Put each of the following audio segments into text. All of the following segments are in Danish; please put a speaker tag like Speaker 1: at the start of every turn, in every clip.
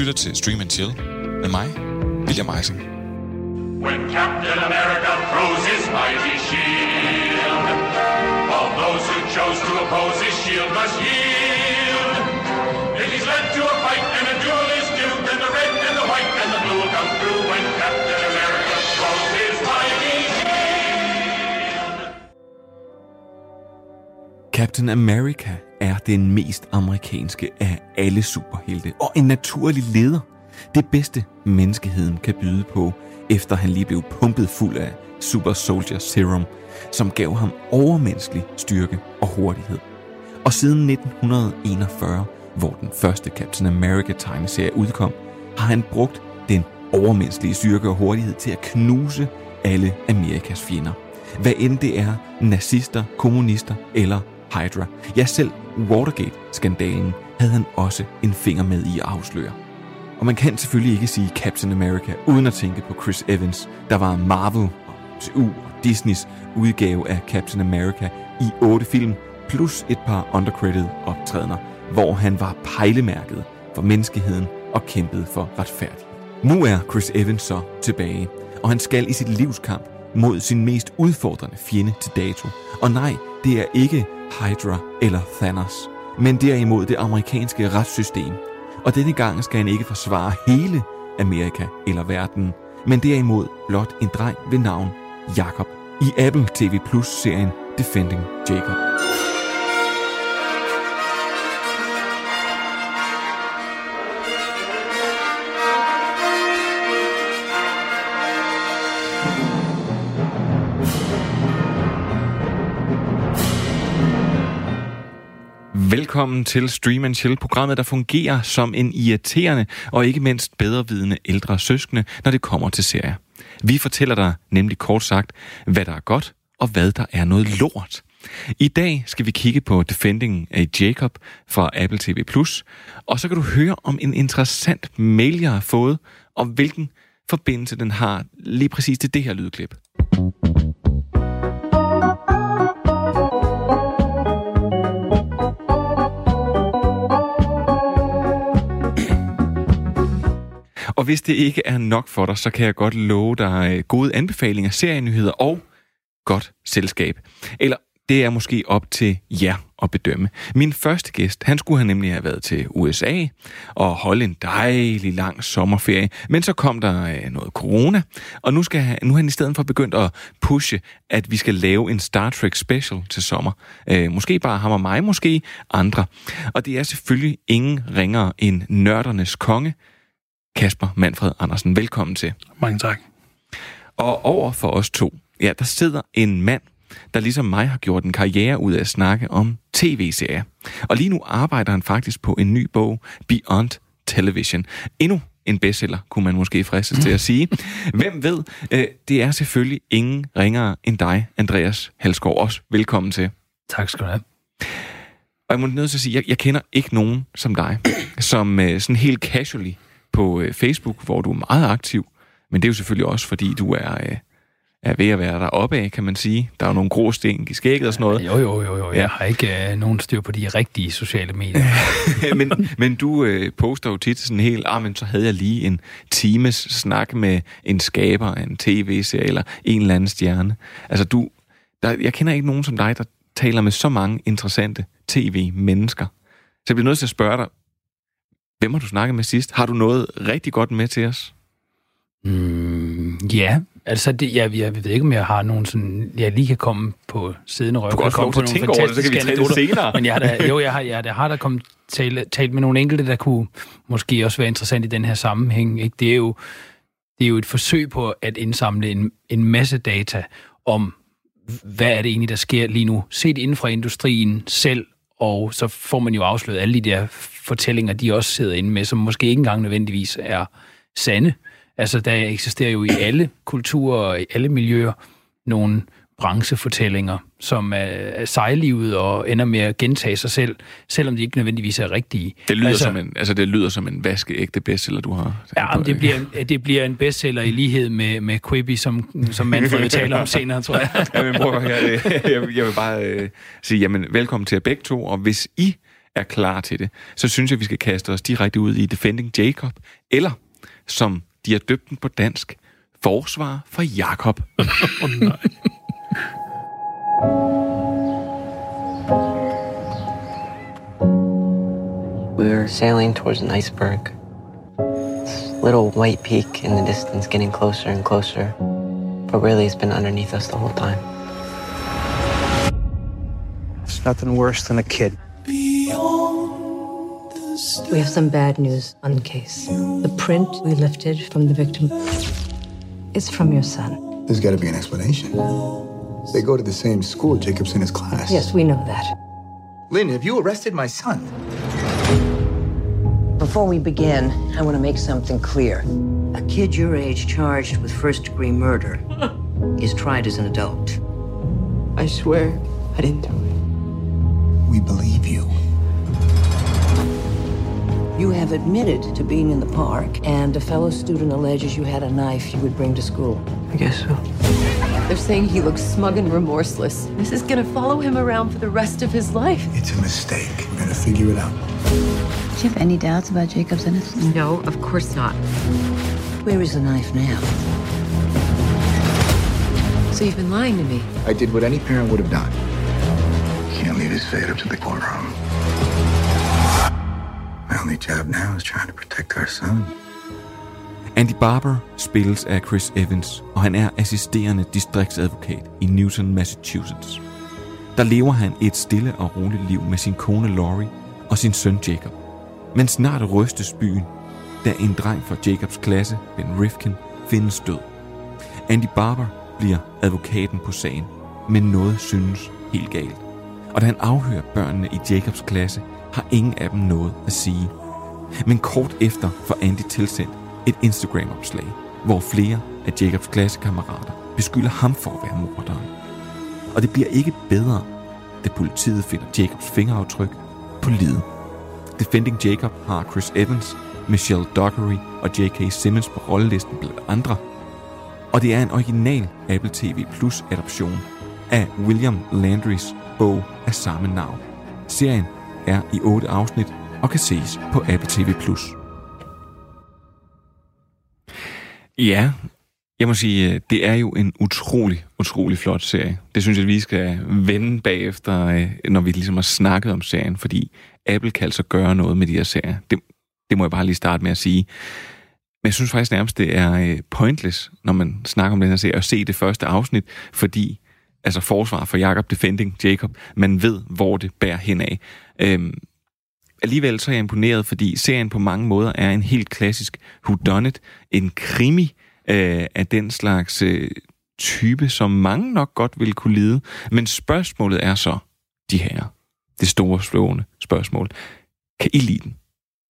Speaker 1: lytter til Stream & Chill med mig, William Eising.
Speaker 2: When Captain America throws his mighty shield, all those who chose to oppose his shield must yield. If he's led to a fight and a duel is due, then the red and the white and the blue will come through when Captain America throws his mighty shield.
Speaker 3: Captain America er den mest amerikanske af alle superhelte, og en naturlig leder. Det bedste menneskeheden kan byde på, efter han lige blev pumpet fuld af Super Soldier Serum, som gav ham overmenneskelig styrke og hurtighed. Og siden 1941, hvor den første Captain America-tegneserie udkom, har han brugt den overmenneskelige styrke og hurtighed til at knuse alle Amerikas fjender. Hvad end det er nazister, kommunister eller Hydra. Ja, selv Watergate-skandalen havde han også en finger med i at afsløre. Og man kan selvfølgelig ikke sige Captain America uden at tænke på Chris Evans, der var Marvel, MCU og Disneys udgave af Captain America i 8 film, plus et par undercredited optrædener, hvor han var pejlemærket for menneskeheden og kæmpede for retfærdighed. Nu er Chris Evans så tilbage, og han skal i sit livskamp mod sin mest udfordrende fjende til dato. Og nej, det er ikke Hydra eller Thanos, men derimod det amerikanske retssystem. Og denne gang skal han ikke forsvare hele Amerika eller verden, men derimod blot en dreng ved navn Jacob i Apple TV Plus-serien Defending Jacob. Velkommen til Stream & Chill, programmet, der fungerer som en irriterende og ikke mindst bedrevidende ældre søskende, når det kommer til serier. Vi fortæller dig nemlig kort sagt, hvad der er godt og hvad der er noget lort. I dag skal vi kigge på Defending Jacob fra Apple TV+, og så kan du høre om en interessant mail, jeg har fået, og hvilken forbindelse den har lige præcis til det her lydklip. Og hvis det ikke er nok for dig, så kan jeg godt love dig gode anbefalinger, serienyheder og godt selskab. Eller det er måske op til jer at bedømme. Min første gæst, han skulle nemlig have været til USA og holde en dejlig lang sommerferie. Men så kom der noget corona, og nu er han i stedet for begyndt at pushe, at vi skal lave en Star Trek special til sommer. Måske bare ham og mig, måske andre. Og det er selvfølgelig ingen ringere end nørdernes konge, Kasper Manfred Andersen. Velkommen til.
Speaker 4: Mange tak.
Speaker 3: Og over for os to, ja, der sidder en mand, der ligesom mig har gjort en karriere ud af at snakke om tv-serier. Og lige nu arbejder han faktisk på en ny bog, Beyond Television. Endnu en bestseller, kunne man måske fristes til at sige. Hvem ved, det er selvfølgelig ingen ringere end dig, Andreas Halsgaard. Også velkommen til.
Speaker 4: Tak skal du have.
Speaker 3: Og jeg må nødt til at sige, jeg kender ikke nogen som dig, som sådan helt casually på Facebook, hvor du er meget aktiv, men det er jo selvfølgelig også, fordi du er ved at være deroppe af, kan man sige. Der er jo nogle grå sten i skægget og sådan noget.
Speaker 4: Jo. Jeg har ikke nogen styr på de rigtige sociale medier.
Speaker 3: men du poster jo tit sådan helt, men så havde jeg lige en times snak med en skaber af en tv-serie eller en eller anden stjerne. Altså jeg kender ikke nogen som dig, der taler med så mange interessante tv-mennesker. Så jeg bliver nødt til at spørge dig, hvem har du snakket med sidst? Har du noget rigtig godt med til os?
Speaker 4: Ja, altså jeg ved ikke, om jeg har nogen sådan... Jeg lige kan komme på siddende røv.
Speaker 3: Du kan også komme på nogle tænke over det, så kan vi tage det senere.
Speaker 4: Men jeg har da kommet talt med nogle enkelte, der kunne måske også være interessant i den her sammenhæng. Ikke? Det er jo et forsøg på at indsamle en masse data om, hvad er det egentlig, der sker lige nu, set inden fra industrien selv, og så får man jo afsløret alle de der fortællinger, de også sidder inde med, som måske ikke engang nødvendigvis er sande. Altså, der eksisterer jo i alle kulturer og i alle miljøer nogle branchefortællinger, som er sejlivet og ender med at gentage sig selv, selvom de ikke nødvendigvis er rigtige.
Speaker 3: Det lyder som en vaskeægte bestseller, du har.
Speaker 4: Ja, det bliver en bestseller i lighed med Quibi, som Manfred vil tale om senere, tror jeg.
Speaker 3: Jamen, jeg vil bare sige, jamen, velkommen til jer begge to, og hvis I er klar til det, så synes jeg, vi skal kaste os direkte ud i Defending Jacob, eller som de har døbt den på dansk, Forsvar for Jakob.
Speaker 5: Nej.
Speaker 6: We were sailing towards an iceberg. This little white peak in the distance getting closer and closer. But really it's been underneath us the whole time.
Speaker 7: It's nothing worse than a kid.
Speaker 8: We have some bad news on the case. The print we lifted from the victim is from your son.
Speaker 9: There's got to be an explanation. They go to the same school. Jacob's in his class.
Speaker 8: Yes, we know that.
Speaker 9: Lynn, have you arrested my son?
Speaker 10: Before we begin, I want to make something clear. A kid your age charged with first-degree murder is tried as an adult.
Speaker 6: I swear I didn't do it.
Speaker 9: We believe you.
Speaker 10: You have admitted to being in the park, and a fellow student alleges you had a knife you would bring to school.
Speaker 6: I guess so.
Speaker 11: They're saying he looks smug and remorseless. This is gonna follow him around for the rest of his life.
Speaker 9: It's a mistake. We're gonna figure it out.
Speaker 12: Do you have any doubts about Jacob's innocence?
Speaker 11: No, of course not.
Speaker 10: Where is the knife now?
Speaker 11: So you've been lying to me.
Speaker 9: I did what any parent would have done. Can't leave his fate up to the courtroom. My only job now is trying to protect our son.
Speaker 3: Andy Barber spilles af Chris Evans, og han er assisterende distriktsadvokat i Newton, Massachusetts. Der lever han et stille og roligt liv med sin kone Laurie og sin søn Jacob. Men snart rystes byen, da en dreng fra Jacobs klasse, Ben Rifkin, findes død. Andy Barber bliver advokaten på sagen, men noget synes helt galt. Og da han afhører børnene i Jacobs klasse, har ingen af dem noget at sige. Men kort efter får Andy tilsendt et Instagram-opslag, hvor flere af Jacobs klassekammerater beskylder ham for at være morderen. Og det bliver ikke bedre, da politiet finder Jacobs fingeraftryk på liget. Defending Jacob har Chris Evans, Michelle Dockery og J.K. Simmons på rollelisten blandt andre. Og det er en original Apple TV Plus adoption af William Landrys bog af samme navn. Serien er i 8 afsnit og kan ses på Apple TV Plus. Ja, jeg må sige, det er jo en utrolig flot serie. Det synes jeg, vi skal vende bagefter, når vi ligesom har snakket om serien, fordi Apple kan altså gøre noget med de her serier. Det må jeg bare lige starte med at sige. Men jeg synes faktisk nærmest, det er pointless, når man snakker om den her serie, at se det første afsnit, fordi altså forsvar for Jacob, Defending Jacob, man ved, hvor det bærer henad. Alligevel så er jeg imponeret, fordi serien på mange måder er en helt klassisk whodunit, en krimi af den slags type, som mange nok godt vil kunne lide. Men spørgsmålet er så de her. Det store slående spørgsmål. Kan I lide den?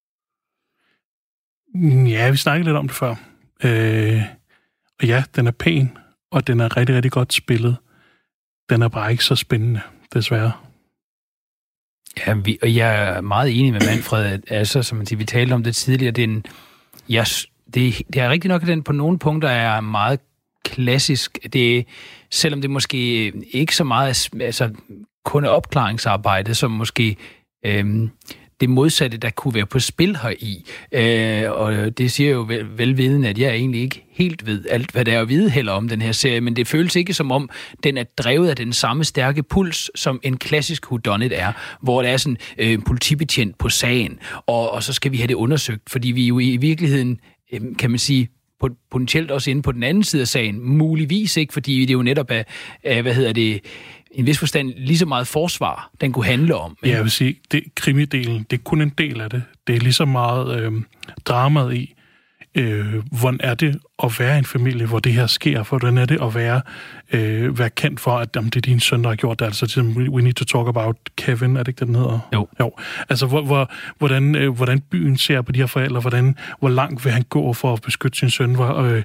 Speaker 5: Ja, vi snakkede lidt om det før. Og ja, den er pæn, og den er rigtig, rigtig godt spillet. Den er bare ikke så spændende, desværre.
Speaker 4: Ja, og jeg er meget enig med Manfred, altså, som man siger, vi talte om det tidligere, det er rigtig nok, at den på nogle punkter er meget klassisk. Selvom det måske ikke så meget altså, kun er opklaringsarbejde, som måske det modsatte, der kunne være på spil heri. Og det siger jo velvidende, at jeg egentlig ikke helt ved alt, hvad der er at vide heller om den her serie, men det føles ikke som om, den er drevet af den samme stærke puls, som en klassisk whodunit er, hvor der er sådan politibetjent på sagen, og så skal vi have det undersøgt, fordi vi jo i virkeligheden, kan man sige, potentielt også inde på den anden side af sagen, muligvis ikke, fordi det jo netop er en vis forstand lige så meget forsvar, den kunne handle om.
Speaker 5: Ja, jeg vil sige, krimidelen, det er kun en del af det. Det er lige så meget dramaet i, hvordan er det at være en familie, hvor det her sker, for hvordan er det at være kendt for, at det er din søn, der har gjort det, altså we need to talk about Kevin, er det ikke det, den hedder? Jo. Altså, hvordan byen ser på de her forældre, hvor langt vil han gå for at beskytte sin søn,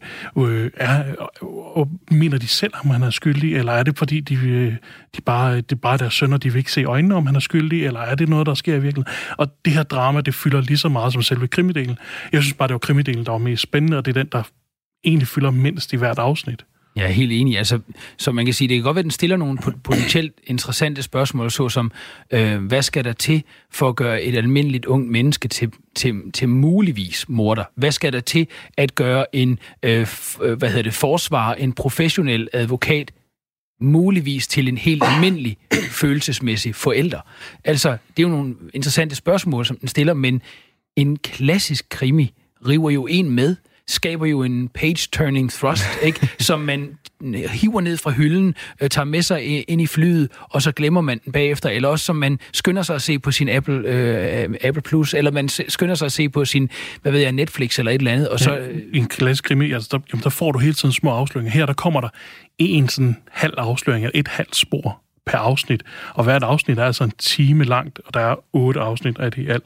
Speaker 5: og mener de selv, om han er skyldig, eller er det fordi, det er bare deres sønner, de vil ikke se øjnene, om han er skyldig, eller er det noget, der sker i virkeligheden? Og det her drama, det fylder lige så meget som selve krimidelen. Jeg synes bare, det var krimidelen, der var mest spændende, og det er den, der egentlig fylder mindst i hvert afsnit.
Speaker 4: Jeg er helt enig. Altså, så man kan sige, det kan godt være, at den stiller nogle potentielt interessante spørgsmål, såsom, hvad skal der til for at gøre et almindeligt ungt menneske til muligvis morder? Hvad skal der til at gøre en forsvarer, en professionel advokat, muligvis til en helt almindelig følelsesmæssig forælder? Altså, det er jo nogle interessante spørgsmål, som den stiller, men en klassisk krimi river jo en med, skaber jo en page-turning thrust, ikke? Som man hiver ned fra hylden, tager med sig ind i flyet, og så glemmer man den bagefter, eller også som man skynder sig at se på sin Apple Plus, eller man skynder sig at se på sin, Netflix eller et eller andet. Og så,
Speaker 5: en klassisk krimi, altså der får du hele tiden små afsløringer. Her der kommer der en sådan halv afsløring, eller et halvt spor per afsnit, og hvert afsnit er altså en time langt, og der er 8 afsnit af det i alt.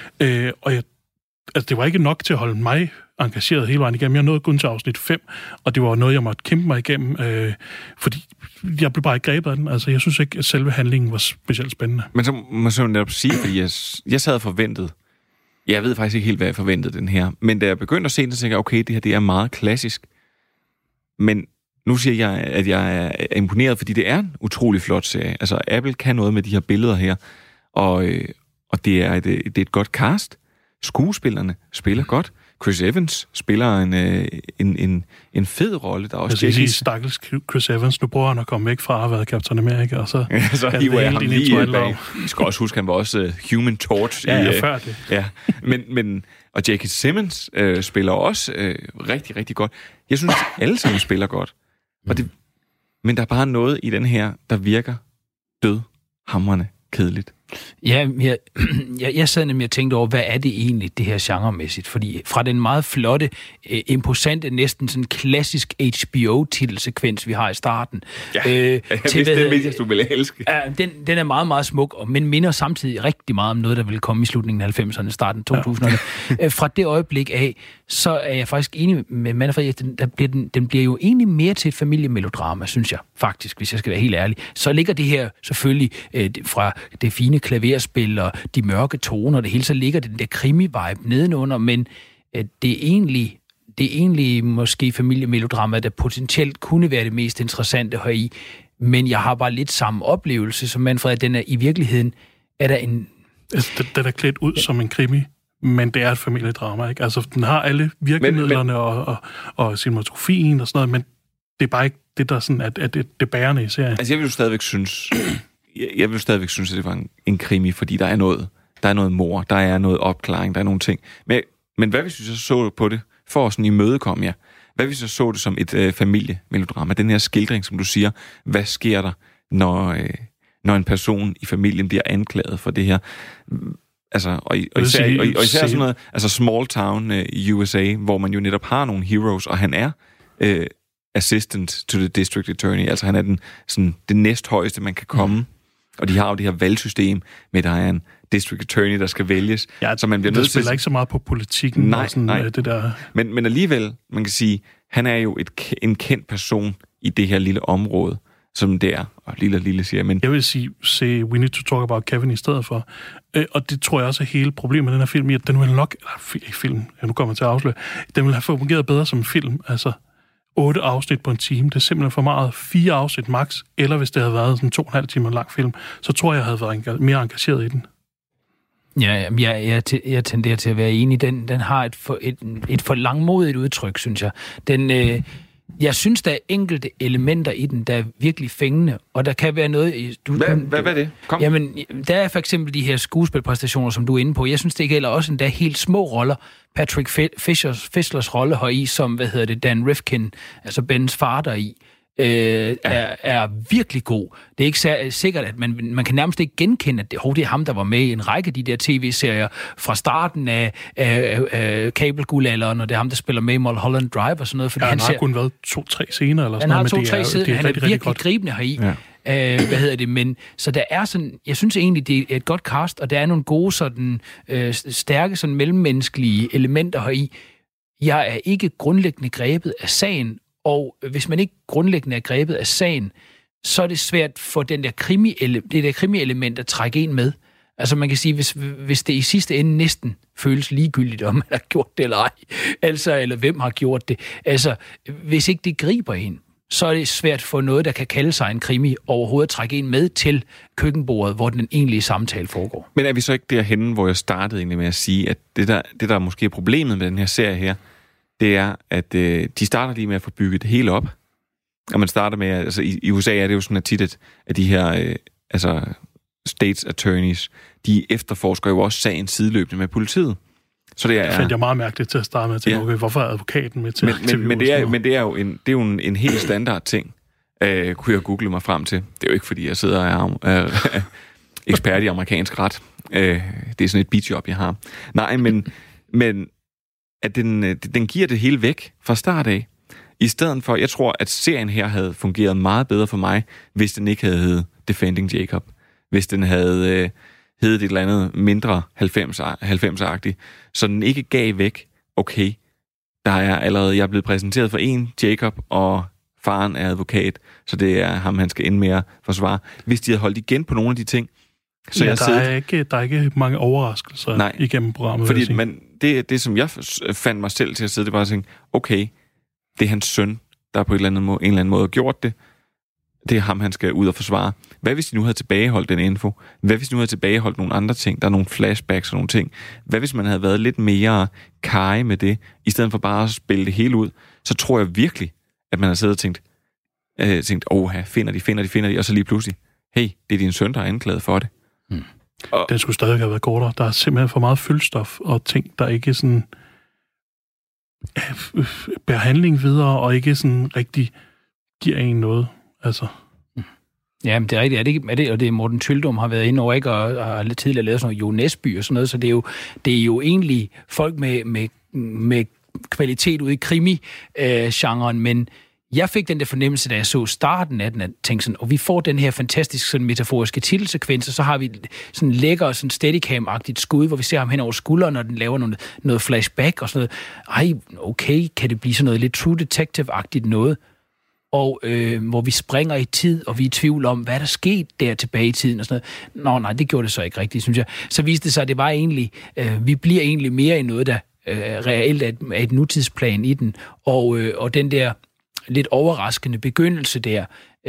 Speaker 5: Det var ikke nok til at holde mig engageret hele vejen igennem. Jeg nåede kun til afsnit 5, og det var noget, jeg måtte kæmpe mig igennem, fordi jeg blev bare ikke grebet af den. Altså, jeg synes ikke, at selve handlingen var specielt spændende.
Speaker 3: Men så må jeg netop sige, fordi jeg sad og forventet, jeg ved faktisk ikke helt, hvad jeg forventede den her, men da jeg begyndte at se den, så tænkte jeg, okay, det her det er meget klassisk. Men nu siger jeg, at jeg er imponeret, fordi det er en utrolig flot serie. Altså, Apple kan noget med de her billeder her, og det er et godt cast. Skuespillerne spiller godt. Chris Evans spiller en fed rolle. Der er også
Speaker 5: jeg skal sige, stakkels Chris Evans, nu prøver han at komme væk fra at have været Captain America, og så
Speaker 3: hiver jeg ham lige bag. Jeg skal også huske, han var også Human Torch.
Speaker 5: Før det.
Speaker 3: Ja, og J.K. Simmons spiller også rigtig, rigtig godt. Jeg synes, alle sammen spiller godt. Men der er bare noget i den her, der virker dødhamrende kedeligt.
Speaker 4: Ja, jeg sad nemlig og tænkte over, hvad er det egentlig, det her genremæssigt? Fordi fra den meget flotte, imposante, næsten sådan klassisk HBO-titelsekvens, vi har i starten.
Speaker 3: Ja, til den vigtigste, du ville elske.
Speaker 4: Den er meget, meget smuk, men minder samtidig rigtig meget om noget, der ville komme i slutningen af 90'erne, starten af 2000'erne. Fra det øjeblik af, så er jeg faktisk enig med Manfred, den bliver jo egentlig mere til et familiemelodrama, synes jeg faktisk, hvis jeg skal være helt ærlig. Så ligger det her selvfølgelig fra det fine klaverspil og de mørke toner, det hele, så ligger det den der krimi-vibe nedenunder, men det er egentlig måske familiemelodrama, der potentielt kunne være det mest interessante heri, men jeg har bare lidt samme oplevelse som Manfred, at den er i virkeligheden, er der en...
Speaker 5: Altså, den er klædt ud som en krimi, men det er et familiedrama, ikke? Altså, den har alle virkemidlerne og cinematografien og sådan noget, men det er bare ikke det, der sådan, at det bærende i serien.
Speaker 3: Altså, jeg vil jo stadigvæk synes, at det var en krimi, fordi der er noget mor, der er noget opklaring, der er nogle ting. Men hvad hvis vi så på det, for at sådan imødekomme jer? Hvad hvis vi så det som et familiemelodrama? Den her skildring, som du siger, hvad sker der, når en person i familien bliver anklaget for det her? Altså, og især sådan noget, altså small town i USA, hvor man jo netop har nogle heroes, og han er assistant to the district attorney, altså han er det næsthøjeste, man kan komme. Og de har jo det her valgsystem med, der er en district attorney, der skal vælges.
Speaker 5: Ja, så man bliver nødt til... spiller ikke så meget på politikken.
Speaker 3: Nej.
Speaker 5: Det der.
Speaker 3: Men alligevel, man kan sige, han er jo en kendt person i det her lille område, som det er. Og lille siger jeg, men...
Speaker 5: Jeg vil sige, We Need to Talk About Kevin i stedet for. Og det tror jeg også er hele problemet med den her film, at den vil nok... nu kommer jeg til at afsløre. Den vil have fungeret bedre som en film, altså... 8 afsnit på en time, det er simpelthen for meget. 4 afsnit max, eller hvis det havde været sådan 2,5 timer lang film, så tror jeg havde været mere engageret i den.
Speaker 4: Ja, jeg tenderer til at være enig. Den har et for langmodigt udtryk, synes jeg. Jeg synes, der er enkelte elementer i den, der er virkelig fængende, og der kan være noget...
Speaker 3: Hvad er det? Kom.
Speaker 4: Jamen, der er for eksempel de her skuespilpræstationer, som du er inde på. Jeg synes, det gælder også endda helt små roller. Patrick Fischlers rolle heri, som, Dan Rifkin, altså Bens far deri, er virkelig god. Det er ikke sikkert, at man kan nærmest ikke genkende, at det er ham, der var med i en række af de der tv-serier fra starten af kabelguldalderen, og det er ham, der spiller med i Mulholland Drive og sådan noget. Fordi
Speaker 5: han har kun været 2-3 scener eller sådan noget.
Speaker 4: Han har 2-3 scener, han er virkelig gribende heri. Ja. Men så der er sådan, jeg synes egentlig, det er et godt cast, og der er nogle gode sådan, stærke sådan mellemmenneskelige elementer heri. Jeg er ikke grundlæggende grebet af sagen, og hvis man ikke grundlæggende er grebet af sagen, så er det svært for det der krimi-element at trække en med. Altså man kan sige, hvis det i sidste ende næsten føles ligegyldigt, om man har gjort det eller ej, altså, eller hvem har gjort det. Altså, hvis ikke det griber en, så er det svært for noget, der kan kalde sig en krimi, overhovedet at trække en med til køkkenbordet, hvor den egentlige samtale foregår.
Speaker 3: Men er vi så ikke derhenne, hvor jeg startede egentlig med at sige, at det der måske er problemet med den her serie her, det er, at de starter lige med at få bygget det hele op. Og man starter med, altså i USA er det jo sådan tit, at de her states attorneys, de efterforsker jo også sagen sideløbende med politiet. Så det fandt
Speaker 5: jeg meget mærkeligt til at starte med at tænke, okay, hvorfor er advokaten med til
Speaker 3: men det er jo en helt standard ting, kunne jeg google mig frem til. Det er jo ikke, fordi jeg sidder og er ekspert i amerikansk ret. Det er sådan et bidjob, jeg har. Nej, men at den giver det hele væk fra start af. I stedet for, jeg tror, at serien her havde fungeret meget bedre for mig, hvis den ikke havde heddet Defending Jacob. Hvis den havde heddet et eller andet mindre 90'er-agtigt, så den ikke gav væk, okay, jeg er blevet præsenteret for en Jacob, og faren er advokat, så det er ham, han skal ind med at forsvare. Hvis de havde holdt igen på nogle af de ting, så
Speaker 5: der er ikke mange overraskelser igennem programmet.
Speaker 3: Fordi det, som jeg fandt mig selv til at sidde, det var at tænke, okay, det er hans søn, der på en eller anden måde har gjort det. Det er ham, han skal ud og forsvare. Hvad hvis de nu havde tilbageholdt den info? Hvad hvis de nu havde tilbageholdt nogle andre ting? Der er nogle flashbacks og nogle ting. Hvad hvis man havde været lidt mere kaj med det, i stedet for bare at spille det hele ud? Så tror jeg virkelig, at man har siddet og tænkt, finder de, og så lige pludselig, hey, det er din søn, der er anklaget for det.
Speaker 5: Den skulle stadig have været kortere. Der er simpelthen for meget fyldstof og ting, der ikke sådan bærer handling videre, og ikke sådan rigtig giver en noget. Altså.
Speaker 4: Ja, men det er rigtigt. Og det er Morten Tyldum har været inde over, ikke? Og har lidt tidligere lavet sådan noget Jo Nesby og sådan noget, så det er jo egentlig folk med kvalitet ude i krimi-genren, men jeg fik den der fornemmelse, da jeg så starten af den, at tænke sådan, og vi får den her fantastiske sådan metaforiske titelsekvens, og så har vi sådan lækker, sådan steadicam-agtigt skud, hvor vi ser ham hen over skulderen, og den laver noget flashback og sådan noget. Okay, kan det blive sådan noget lidt True Detective-agtigt noget? Og hvor vi springer i tid, og vi er i tvivl om, hvad der skete der tilbage i tiden og sådan noget. Nej, det gjorde det så ikke rigtigt, synes jeg. Så viste det sig, at det var egentlig, vi bliver egentlig mere i noget, der reelt er et nutidsplan i den, og den der lidt overraskende begyndelse der,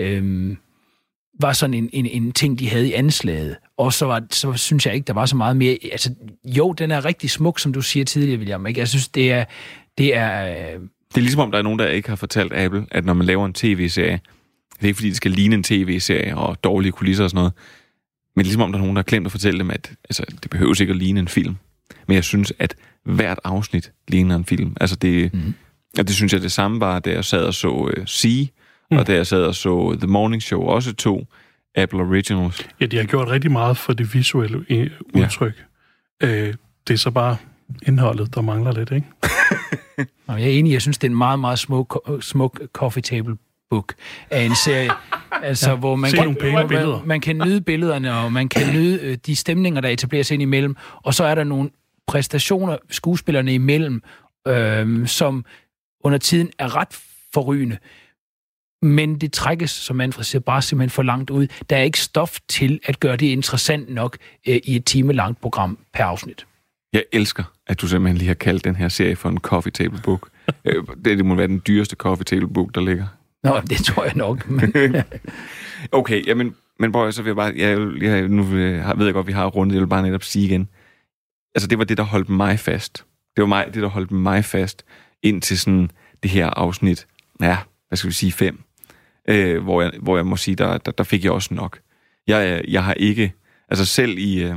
Speaker 4: var sådan en ting, de havde i anslaget. Og så synes jeg ikke, der var så meget mere. Altså, jo, den er rigtig smuk, som du siger tidligere, William. Ikke? Jeg synes, det er Det er
Speaker 3: ligesom om, der er nogen, der ikke har fortalt Apple, at når man laver en tv-serie, det er ikke fordi, det skal ligne en tv-serie og dårlige kulisser og sådan noget, men ligesom om, der er nogen, der har glemt at fortælle dem, at det behøver ikke at ligne en film. Men jeg synes, at hvert afsnit ligner en film. Altså og det synes jeg, det samme var, da jeg sad og så og da jeg sad og så The Morning Show, også 2 Apple Originals.
Speaker 5: Ja, de har gjort rigtig meget for det visuelle udtryk. Ja. Det er så bare indholdet, der mangler lidt, ikke?
Speaker 4: Jeg er enig, jeg synes, det er en meget, meget smuk coffee table book af en serie, altså, hvor man kan nyde billederne, og man kan nyde de stemninger, der etableres ind imellem, og så er der nogle præstationer, skuespillerne imellem, som under tiden er ret forrygende. Men det trækkes, som Manfred siger, bare simpelthen for langt ud. Der er ikke stof til at gøre det interessant nok i et timelangt program per afsnit.
Speaker 3: Jeg elsker, at du simpelthen lige har kaldt den her serie for en coffee table book. Det må være den dyreste coffee table book, der ligger.
Speaker 4: Nå, det tror jeg nok. Men...
Speaker 3: Okay, jamen, men Boy, så vil jeg bare... Nu ved jeg godt, vi har rundet, jeg vil bare netop sige igen. Altså, det var det, der holdt mig fast. Det var det, der holdt mig fast ind til sådan det her afsnit, hvad skal vi sige, 5. Hvor jeg må sige, der fik jeg også nok. Jeg har ikke... Altså, selv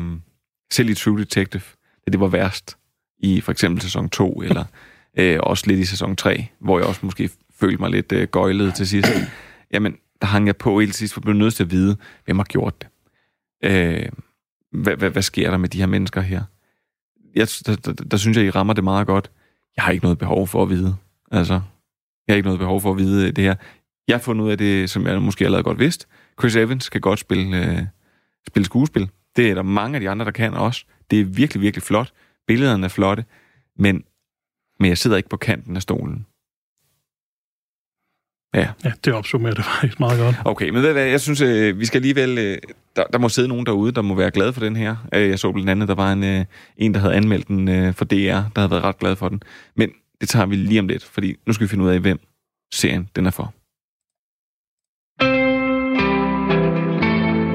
Speaker 3: i True Detective, det var værst i for eksempel sæson 2, eller også lidt i sæson 3, hvor jeg også måske følte mig lidt gøjlet til sidst. Jamen, der hang jeg på helt sidst, for jeg blev nødt til at vide, hvem har gjort det. Hvad sker der med de her mennesker her? Der synes jeg, I rammer det meget godt. Jeg har ikke noget behov for at vide. Altså, jeg har ikke noget behov for at vide det her. Jeg har fundet ud af det, som jeg måske allerede godt vidste. Chris Evans kan godt spille skuespil. Det er der mange af de andre, der kan også. Det er virkelig, virkelig flot. Billederne er flotte. Men jeg sidder ikke på kanten af stolen. Ja,
Speaker 5: det opsummerer det faktisk meget godt.
Speaker 3: Okay, men ved du hvad, jeg synes, vi skal alligevel... Der må sidde nogen derude, der må være glad for den her. Jeg så blandt andet, der var en der havde anmeldt den for DR, der havde været ret glad for den. Men det tager vi lige om lidt, fordi nu skal vi finde ud af, hvem serien den er for.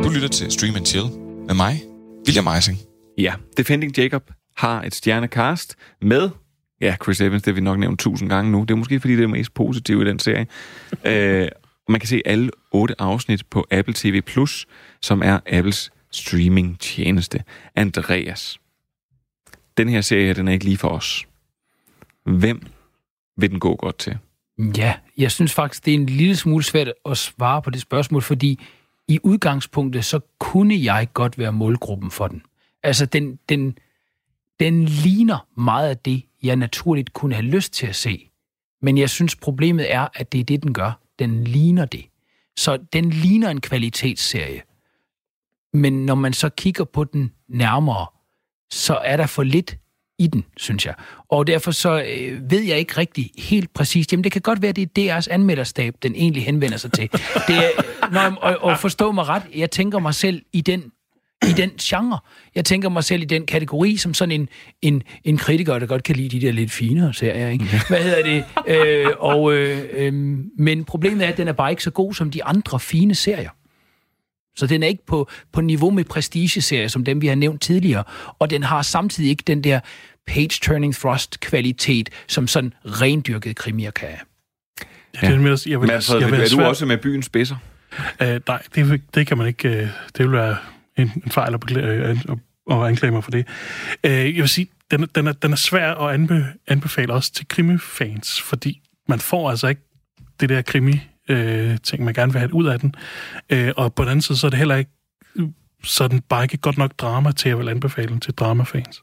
Speaker 1: Du lytter til Stream and Chill med mig, William Eising.
Speaker 3: Ja, Defending Jacob har et stjernecast med... Ja, Chris Evans, det har vi nok nævnt 1000 gange nu. Det er måske, fordi det er mest positivt i den serie. Man kan se alle 8 afsnit på Apple TV+, som er Apples streamingtjeneste. Andreas, den her serie, den er ikke lige for os. Hvem vil den gå godt til? Ja, jeg synes faktisk, det er en lille smule svært at svare på det spørgsmål, fordi i udgangspunktet, så kunne jeg godt være målgruppen for den. Altså, den ligner meget af det, jeg naturligt kunne have lyst til at se. Men jeg synes, problemet er, at det er det, den gør. Den ligner det. Så den ligner en kvalitetsserie. Men når man så kigger på den nærmere, så er der for lidt i den, synes jeg. Og derfor så ved jeg ikke rigtig helt præcist. Jamen, det kan godt være, det er DR's anmelderstab, den egentlig henvender sig til. Det er, og forstå mig ret, jeg tænker mig selv i den genre. Jeg tænker mig selv i den kategori, som sådan en kritiker, der godt kan lide de der lidt finere serier, ikke? Hvad hedder det? Men problemet er, at den er bare ikke så god som de andre fine serier. Så den er ikke på niveau med prestigeserier, som dem, vi har nævnt tidligere. Og den har samtidig ikke den der page-turning thrust-kvalitet, som sådan rendyrket krimier kan have.
Speaker 5: Ja.
Speaker 3: Er du også med byens spidser?
Speaker 5: Nej, det kan man ikke. Det vil være en fejl at anklage mig for det. Jeg vil sige, den er svær at anbefale også til krimifans, fordi man får altså ikke det der ting, man gerne vil have ud af den. Og på den anden side, så er det heller ikke sådan bare ikke godt nok drama til at vil anbefale den til dramafans.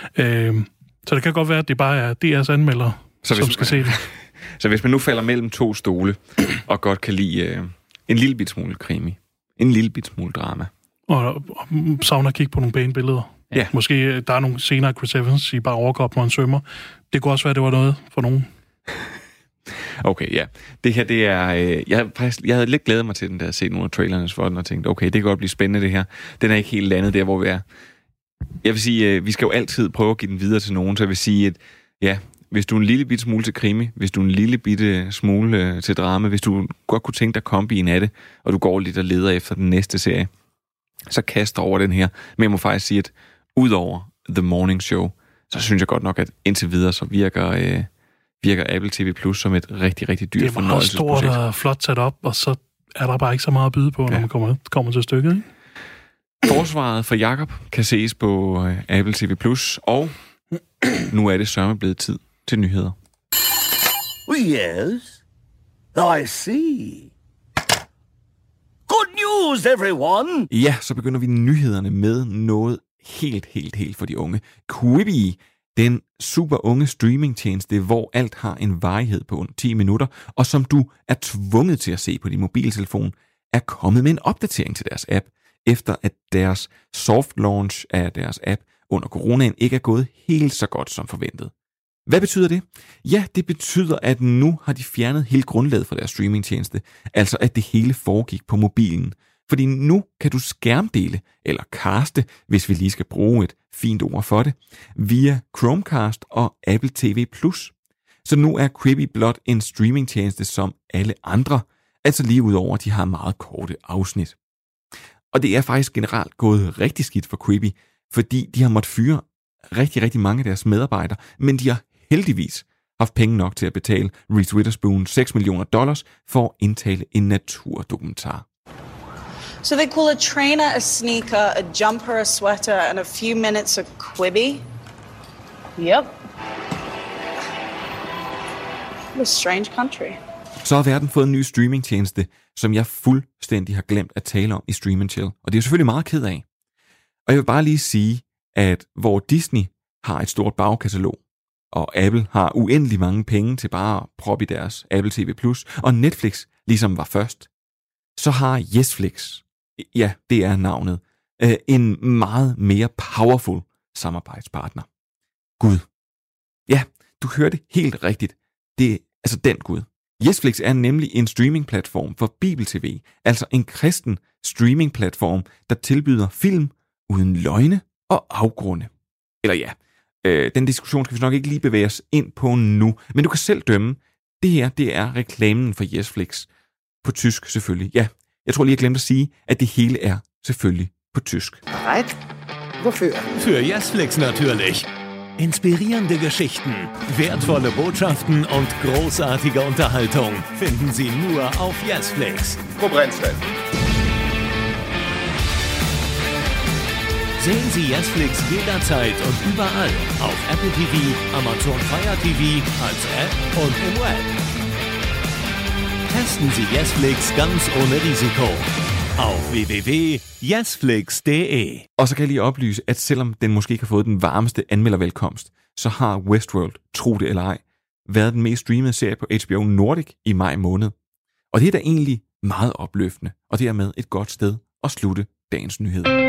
Speaker 5: Så det kan godt være, at det bare er DR's anmeldere, som skal se det.
Speaker 3: Så hvis man nu falder mellem 2 stole, og godt kan lide en lille bit smule krimi, en lille bit smule drama,
Speaker 5: og savner at kigge på nogle pæne billeder.
Speaker 3: Ja.
Speaker 5: Måske der er nogle scener af Chris Evans i bare overkrop, når han svømmer. Det kunne også være, det var noget for nogen.
Speaker 3: Okay, ja. Det her, det er... Jeg havde lidt glædet mig til den, da jeg set nogle af trailerne for den, og tænkte, okay, det kan godt blive spændende, det her. Den er ikke helt landet der, hvor vi er. Jeg vil sige, vi skal jo altid prøve at give den videre til nogen, så jeg vil sige, at ja, hvis du er en lille bitte smule til krimi, hvis du er en lille bitte smule til drama, hvis du godt kunne tænke dig kombien af det, og du går lidt og leder efter den næste serie, så kast over den her. Men jeg må faktisk sige, at udover The Morning Show, så synes jeg godt nok, at indtil videre, så virker Apple TV Plus som et rigtig, rigtig dyrt fornøjelsesprojekt.
Speaker 5: Det er meget stort og flot sat op, og så er der bare ikke så meget at byde på, når man kommer til stykket, ikke?
Speaker 3: Forsvaret for Jakob kan ses på Apple TV Plus, og nu er det sørme blevet tid til nyheder.
Speaker 13: Yes, I see. Good news, everyone!
Speaker 3: Ja, så begynder vi nyhederne med noget helt for de unge. Quibi, den super unge streamingtjeneste, hvor alt har en varighed på under 10 minutter, og som du er tvunget til at se på din mobiltelefon, er kommet med en opdatering til deres app, efter at deres soft launch af deres app under coronaen ikke er gået helt så godt som forventet. Hvad betyder det? Ja, det betyder, at nu har de fjernet hele grundlaget for deres streamingtjeneste, altså at det hele foregik på mobilen. Fordi nu kan du skærmdele, eller caste, hvis vi lige skal bruge et fint ord for det, via Chromecast og Apple TV+. Så nu er Quibi blot en streamingtjeneste som alle andre, altså lige udover, at de har meget korte afsnit. Og det er faktisk generelt gået rigtig skidt for Quibi, fordi de har måttet fyre rigtig mange af deres medarbejdere, men de har heldigvis haft penge nok til at betale Reese Witherspoon $6 million for at indtale en naturdokumentar.
Speaker 14: So they call a trainer a sneaker, a jumper a sweater, and a few minutes a Quibi? Yep. What a strange country.
Speaker 3: Så har verden fået en ny streamingtjeneste, som jeg fuldstændig har glemt at tale om i Stream and Chill. Og det er jeg selvfølgelig meget ked af. Og jeg vil bare lige sige, at hvor Disney har et stort bagkatalog, og Apple har uendelig mange penge til bare at proppe i deres Apple TV+, og Netflix ligesom var først, så har Yesflix, ja, det er navnet, en meget mere powerful samarbejdspartner. Gud. Ja, du hørte helt rigtigt. Det er altså den Gud. Yesflix er nemlig en streamingplatform for Bibel-TV, altså en kristen streamingplatform, der tilbyder film uden løgne og afgrunde. Eller ja, den diskussion skal vi nok ikke lige bevæge os ind på nu, men du kan selv dømme. Det her, det er reklamen for Yesflix. På tysk selvfølgelig. Ja, jeg tror lige, jeg glemte at sige, at det hele er selvfølgelig på tysk.
Speaker 13: Bereit? Wofür?
Speaker 15: Für Jazzflix natürlich. Inspirierende Geschichten, wertvolle Botschaften und großartige Unterhaltung finden Sie nur auf Jazzflix.
Speaker 16: Wo brennt's denn?
Speaker 15: Sehen Sie Jazzflix jederzeit und überall auf Apple TV, Amazon Fire TV, als App und im Web. Testen Sie Jazzflix ganz ohne Risiko auf www.jazzflix.de.
Speaker 3: Og så kan jeg lige oplyse, at selvom den måske ikke har fået den varmeste anmeldervelkomst, så har Westworld, tro det eller ej, været den mest streamede serie på HBO Nordic i maj måned. Og det er da egentlig meget opløftende, og dermed et godt sted at slutte dagens nyheder.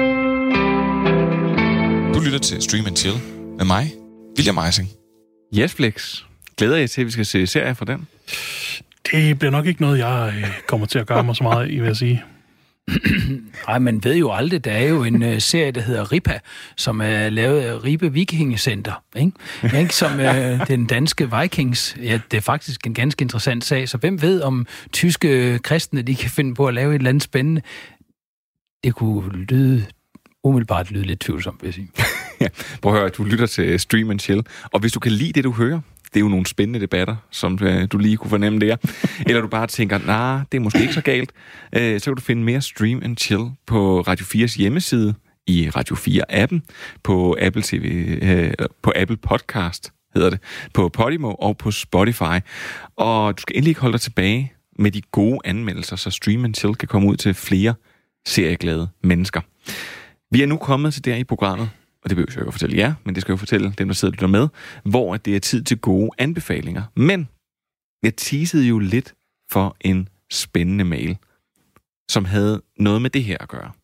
Speaker 1: Du lytter til Stream & Chill med mig, William Eising.
Speaker 3: Jazzflix. Glæder jeg til, at vi skal se serier fra den?
Speaker 5: Det bliver nok ikke noget, jeg kommer til at gøre mig så meget i, vil jeg sige.
Speaker 4: Nej, man ved jo aldrig. Der er jo en serie, der hedder RIPA, som er lavet af Ribe Vikingecenter, ikke? Som den danske Vikings. Ja, det er faktisk en ganske interessant sag, så hvem ved, om tyske kristne, de kan finde på at lave et eller andet spændende. Det kunne umiddelbart lyde lidt tvivlsomt, vil jeg sige.
Speaker 3: Ja, prøv at høre, du lytter til Stream & Chill, og hvis du kan lide det, du hører, det er jo nogle spændende debatter, som du lige kunne fornemme der, eller du bare tænker, det er måske ikke så galt, så kan du finde mere Stream & Chill på Radio 4's hjemmeside, i Radio 4-appen, på Apple TV, på Apple Podcast, hedder det, på Podimo og på Spotify. Og du skal endelig ikke holde dig tilbage med de gode anmeldelser, så Stream & Chill kan komme ud til flere serieglade mennesker. Vi er nu kommet til der i programmet, og det behøver jeg ikke at fortælle jer, men det skal jeg jo fortælle dem, der sidder og lytter med, hvor det er tid til gode anbefalinger. Men jeg teasede jo lidt for en spændende mail, som havde noget med det her at gøre.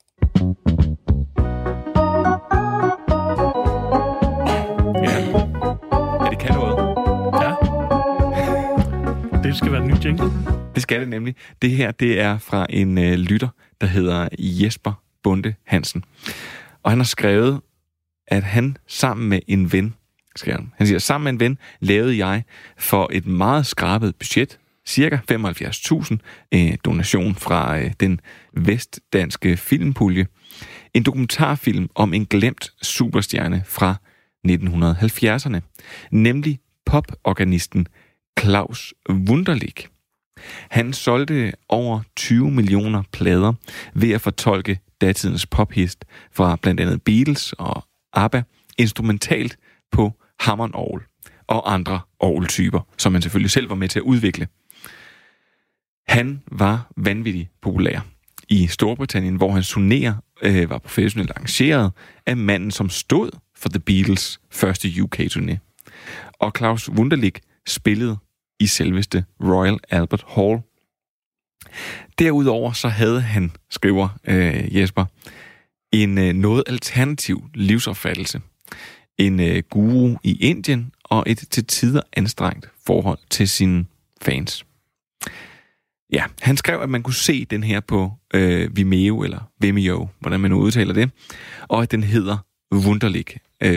Speaker 3: Ja, det kan noget.
Speaker 5: Ja. Det skal være den nye jingle.
Speaker 3: Det skal det nemlig. Det her, det er fra en lytter, der hedder Jesper Bunde Hansen. Og han har skrevet, at han sammen med en ven, han siger, sammen med en ven lavede jeg for et meget skrabet budget, cirka 75.000, donation fra den vestdanske filmpulje, en dokumentarfilm om en glemt superstjerne fra 1970'erne, nemlig poporganisten Klaus Wunderlich. Han solgte over 20 millioner plader ved at fortolke datidens pophist fra blandt andet Beatles og ABBA instrumentalt på Hammond-orgel og andre orgeltyper, som han selvfølgelig selv var med til at udvikle. Han var vanvittigt populær i Storbritannien, hvor hans turnéer var professionelt arrangeret af manden, som stod for The Beatles' første UK-turné. Og Klaus Wunderlich spillede i selveste Royal Albert Hall. Derudover så havde han, skriver Jesper, en noget alternativ livsopfattelse, en guru i Indien og et til tider anstrengt forhold til sine fans. Ja, han skrev, at man kunne se den her på Vimeo, eller Vimeo, hvordan man nu udtaler det, og at den hedder Wunderlich,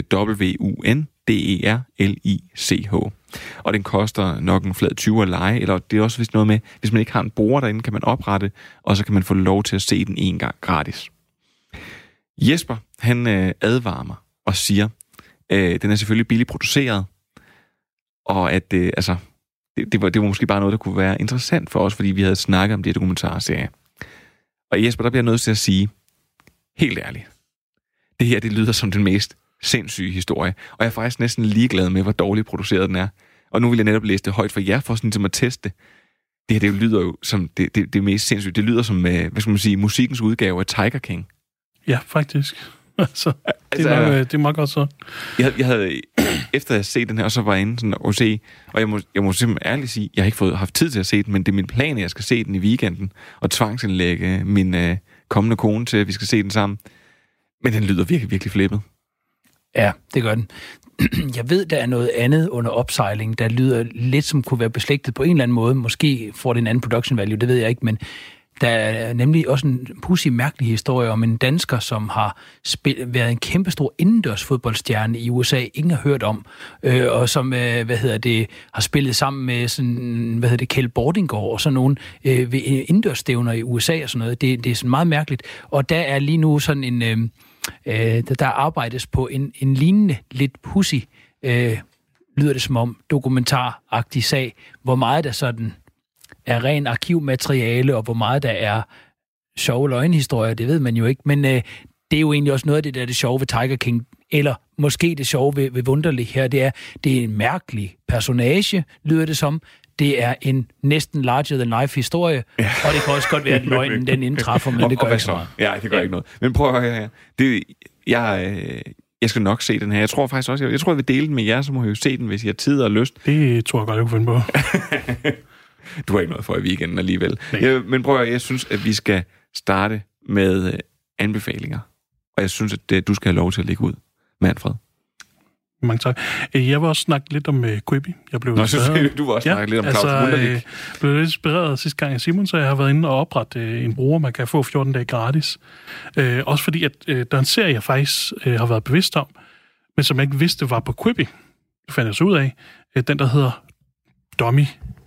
Speaker 3: W-U-N-D-E-R-L-I-C-H. Og den koster nok en flad 20 at leje, eller det er også vist noget med, hvis man ikke har en bruger derinde, kan man oprette, og så kan man få lov til at se den en gang gratis. Jesper, han advarer mig og siger, den er selvfølgelig billigt produceret, og at det var måske bare noget, der kunne være interessant for os, fordi vi havde snakket om det dokumentarserie. Og Jesper, der bliver noget til at sige, helt ærligt, det her, det lyder som den mest sindssyge historie, og jeg er faktisk næsten ligeglad med, hvor dårligt produceret den er. Og nu vil jeg netop læse det højt for jer, for sådan til at teste. Det her, det lyder jo som det mest sindssyge. Det lyder som, hvad skal man sige, musikkens udgave af Tiger King.
Speaker 5: Ja, faktisk. Altså, det er meget godt så.
Speaker 3: Jeg havde, efter at se den her, så var jeg inde sådan at se, og jeg må simpelthen ærligt sige, jeg har ikke haft tid til at se den, men det er min plan, at jeg skal se den i weekenden, og tvangsindlægge min kommende kone til, at vi skal se den sammen. Men den lyder virkelig, virkelig flippet.
Speaker 4: Ja, det gør den. Jeg ved, der er noget andet under opsejling, der lyder lidt som kunne være beslægtet på en eller anden måde. Måske får det en anden production value, det ved jeg ikke, men Der er nemlig også en pudsig, mærkelig historie om en dansker, som har været en kæmpestor indendørs fodboldstjerne i USA, ingen har hørt om, og som, har spillet sammen med sådan, Kjeld Bordinggaard og sådan nogen ved indendørsstævner i USA og sådan noget. Det er sådan meget mærkeligt. Og der er lige nu sådan en, der arbejdes på en lignende, lidt pudsig, lyder det som om, dokumentaragtig sag, hvor meget der sådan er ren arkivmateriale, og hvor meget der er sjove løgnhistorier, det ved man jo ikke. Men det er jo egentlig også noget af det, der er det sjove ved Tiger King, eller måske det sjove ved Wunderlich her, det er en mærkelig personage, lyder det som. Det er en næsten larger-than-life historie, ja. Og det kan også godt være, at løgnen den indtræffer, men det gør ikke så meget.
Speaker 3: Ja, det gør ikke noget. Men prøv at høre her. Jeg skal nok se den her. Jeg tror faktisk også, jeg vil dele den med jer, så må I jo se den, hvis I har tid og lyst.
Speaker 5: Det tror jeg godt, jeg kunne finde på.
Speaker 3: Du har ikke noget for i weekenden alligevel. Men prøv at høre, jeg synes, at vi skal starte med anbefalinger. Og jeg synes, at du skal have lov til at lægge ud, Manfred.
Speaker 5: Mange tak. Jeg vil også snakke lidt om Quibi. Jeg blev
Speaker 3: du var også snakke lidt om Claus Wunderlich. Jeg
Speaker 5: blev lidt inspireret sidste gang af Simon, så jeg har været inde og oprette en bruger, man kan få 14 dage gratis. Også fordi, at der er en serie, jeg faktisk har været bevidst om, men som jeg ikke vidste var på Quibi. Det fandt jeg så ud af. Den, der hedder Dummy.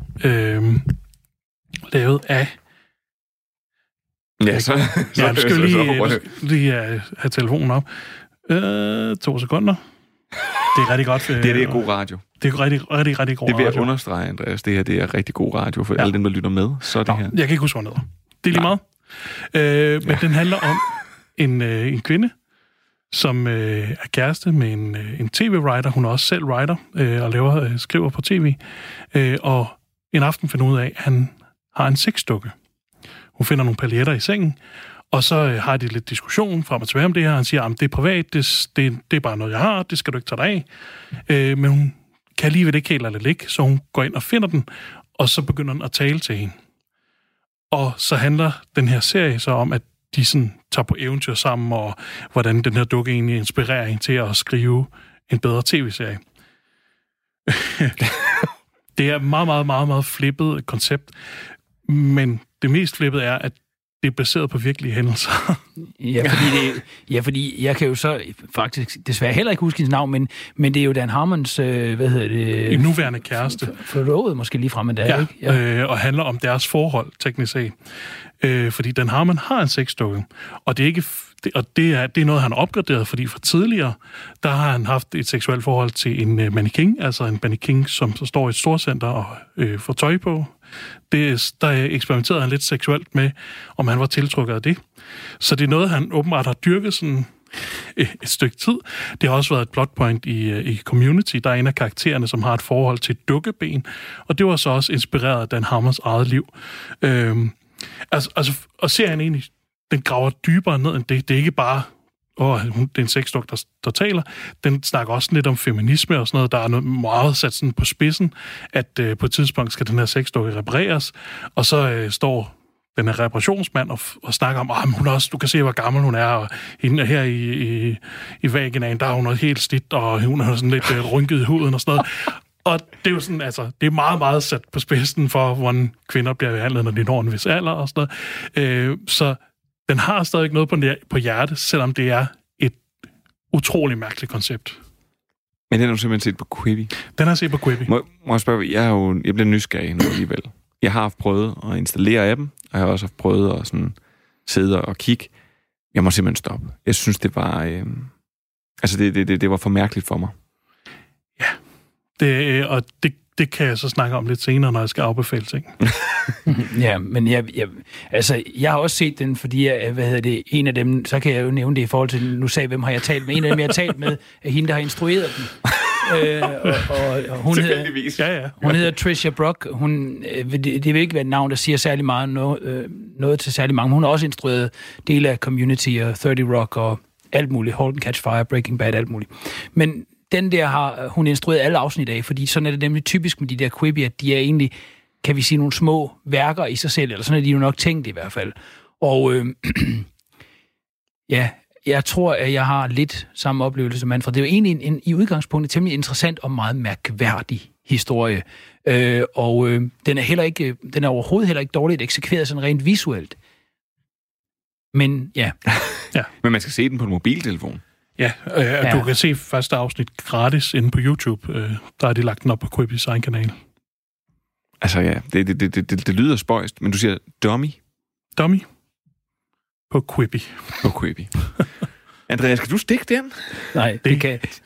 Speaker 5: Lavet af...
Speaker 3: Ja, så
Speaker 5: jeg skal lige have telefonen op. 2 sekunder. Det er rigtig godt.
Speaker 3: Det er god radio.
Speaker 5: Det er rigtig god radio.
Speaker 3: Det vil jeg understrege, Andreas. Det her det er rigtig god radio for alle dem, der lytter med. Så det her.
Speaker 5: Jeg kan ikke huske, hvad det er lige meget. Men den handler om en kvinde, som er kæreste med en tv-writer. Hun er også selv writer og skriver på tv. Og en aften finder ud af, at han har en sexdukke. Hun finder nogle paljetter i sengen, og så har de lidt diskussion frem og tilbage om det her. Han siger, at det er privat, det er bare noget, jeg har, det skal du ikke tage dig af. Men hun kan alligevel ikke helt lade det ligge, så hun går ind og finder den, og så begynder han at tale til hende. Og så handler den her serie så om, at de sådan tager på eventyr sammen, og hvordan den her dukke egentlig inspirerer hende til at skrive en bedre tv-serie. Det er et meget, meget, meget, meget flippet koncept, men det mest flippede er, at det er baseret på virkelige hændelser.
Speaker 4: Fordi jeg kan jo så faktisk desværre heller ikke huske hendes navn, men det er jo Dan Harmons,
Speaker 5: en nuværende kæreste.
Speaker 4: Forlovet måske lige fremme der, ikke?
Speaker 5: Ja, og handler om deres forhold, teknisk set. Fordi Dan Harmon har en sexdukke, og det er ikke... det er noget, han har opgraderet, fordi for tidligere, der har han haft et seksuelt forhold til en mannequin, altså en mannequin, som så står i et storcenter og får tøj på. Der eksperimenterede han lidt seksuelt med, om han var tiltrukket af det. Så det er noget, han åbenbart har dyrket sådan et stykke tid. Det har også været et plotpoint i Community. Der er en af karaktererne, som har et forhold til dukkeben, og det var så også inspireret af Dan Harmons eget liv. Og serien egentlig, den graver dybere ned end det. Det er ikke bare, det er en sexduk, der taler. Den snakker også lidt om feminisme og sådan noget. Der er noget meget sat sådan på spidsen, at på et tidspunkt skal den her sexdukke repareres, og så står den her reparationsmand og snakker om, hun også, du kan se, hvor gammel hun er, og hende her i vaginaen, der er hun også helt slidt, og hun er sådan lidt rynket i huden og sådan noget. Og det er jo sådan, det er meget, meget sat på spidsen for, hvordan kvinder bliver behandlet, når de når en vis alder og sådan noget. Så den har stadig noget på hjertet, selvom det er et utroligt mærkeligt koncept.
Speaker 3: Men den har du simpelthen set på Quibi?
Speaker 5: Den har jeg set på Quibi.
Speaker 3: Må jeg spørge, jeg bliver nysgerrig nu alligevel. Jeg har haft prøvet at installere appen, og jeg har også haft prøvet at sådan sidde og kigge. Jeg må simpelthen stoppe. Jeg synes, det var... det var for mærkeligt for mig.
Speaker 5: Ja, det kan jeg så snakke om lidt senere, når jeg skal afbefale ting.
Speaker 4: Ja, men jeg har også set den, fordi en af dem, så kan jeg jo nævne det i forhold til, nu sagde hvem har jeg talt med. En af dem, jeg har talt med, er hende, der har instrueret den. Og hun hedder Tricia Brock. Det vil ikke være et navn, der siger særlig meget noget til særlig mange. Hun har også instrueret dele af Community og 30 Rock og alt muligt. Halt and Catch Fire, Breaking Bad, alt muligt. Men den der har hun instrueret alle afsnit af, fordi sådan er det nemlig typisk med de der Quibi, at de er egentlig, kan vi sige, nogle små værker i sig selv, eller sådan er de jo nok tænkt i hvert fald. Og jeg tror, at jeg har lidt samme oplevelse som Manfred. Det er jo egentlig i udgangspunktet temmelig interessant og meget mærkværdig historie. Den er overhovedet heller ikke dårligt eksekveret sådan rent visuelt. Men ja.
Speaker 3: Men man skal se den på en mobiltelefon.
Speaker 5: Ja, du kan se første afsnit gratis inde på YouTube. Der er de lagt den op på Quibis egen kanal.
Speaker 3: Altså ja, det lyder spøjst, men du siger Dummy?
Speaker 5: Dummy? På Quibi.
Speaker 3: På Quibi. Andreas, kan du stikke den?
Speaker 4: Nej, det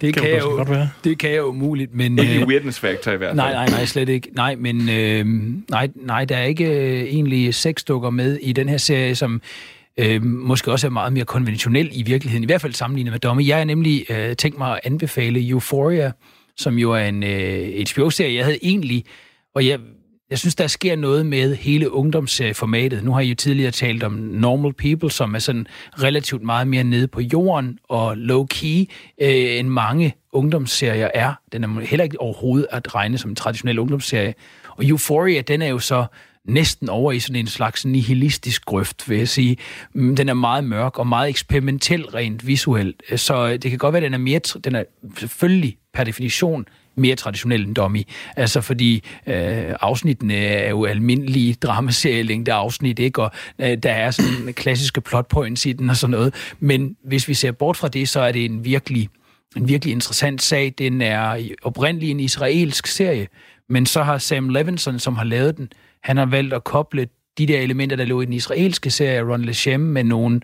Speaker 4: kan jeg umuligt, men...
Speaker 3: Ikke weirdness factor i hvert fald.
Speaker 4: Nej, slet ikke. Nej, men nej, der er ikke egentlig sexdukker med i den her serie, som måske også er meget mere konventionel i virkeligheden, i hvert fald sammenlignet med Dummy. Jeg har nemlig tænkt mig at anbefale Euphoria, som jo er en HBO-serie. Jeg havde egentlig, og jeg synes, der sker noget med hele ungdomsserieformatet. Nu har I jo tidligere talt om Normal People, som er sådan relativt meget mere nede på jorden og low-key, end mange ungdomsserier er. Den er heller ikke overhovedet at regne som en traditionel ungdomsserie. Og Euphoria, den er jo så næsten over i sådan en slags nihilistisk grøft, vil jeg sige. Den er meget mørk og meget eksperimentel rent visuelt. Så det kan godt være, at den er selvfølgelig per definition mere traditionel end Dummy. Altså fordi afsnittene er jo almindelige dramaserielængde afsnit, ikke? Og der er sådan klassiske plot points i den og sådan noget. Men hvis vi ser bort fra det, så er det en virkelig interessant sag. Den er oprindeligt en israelsk serie, men så har Sam Levinson, som har lavet den, han har valgt at koble de der elementer, der lå i den israelske serie, Ron LeChem, med nogle,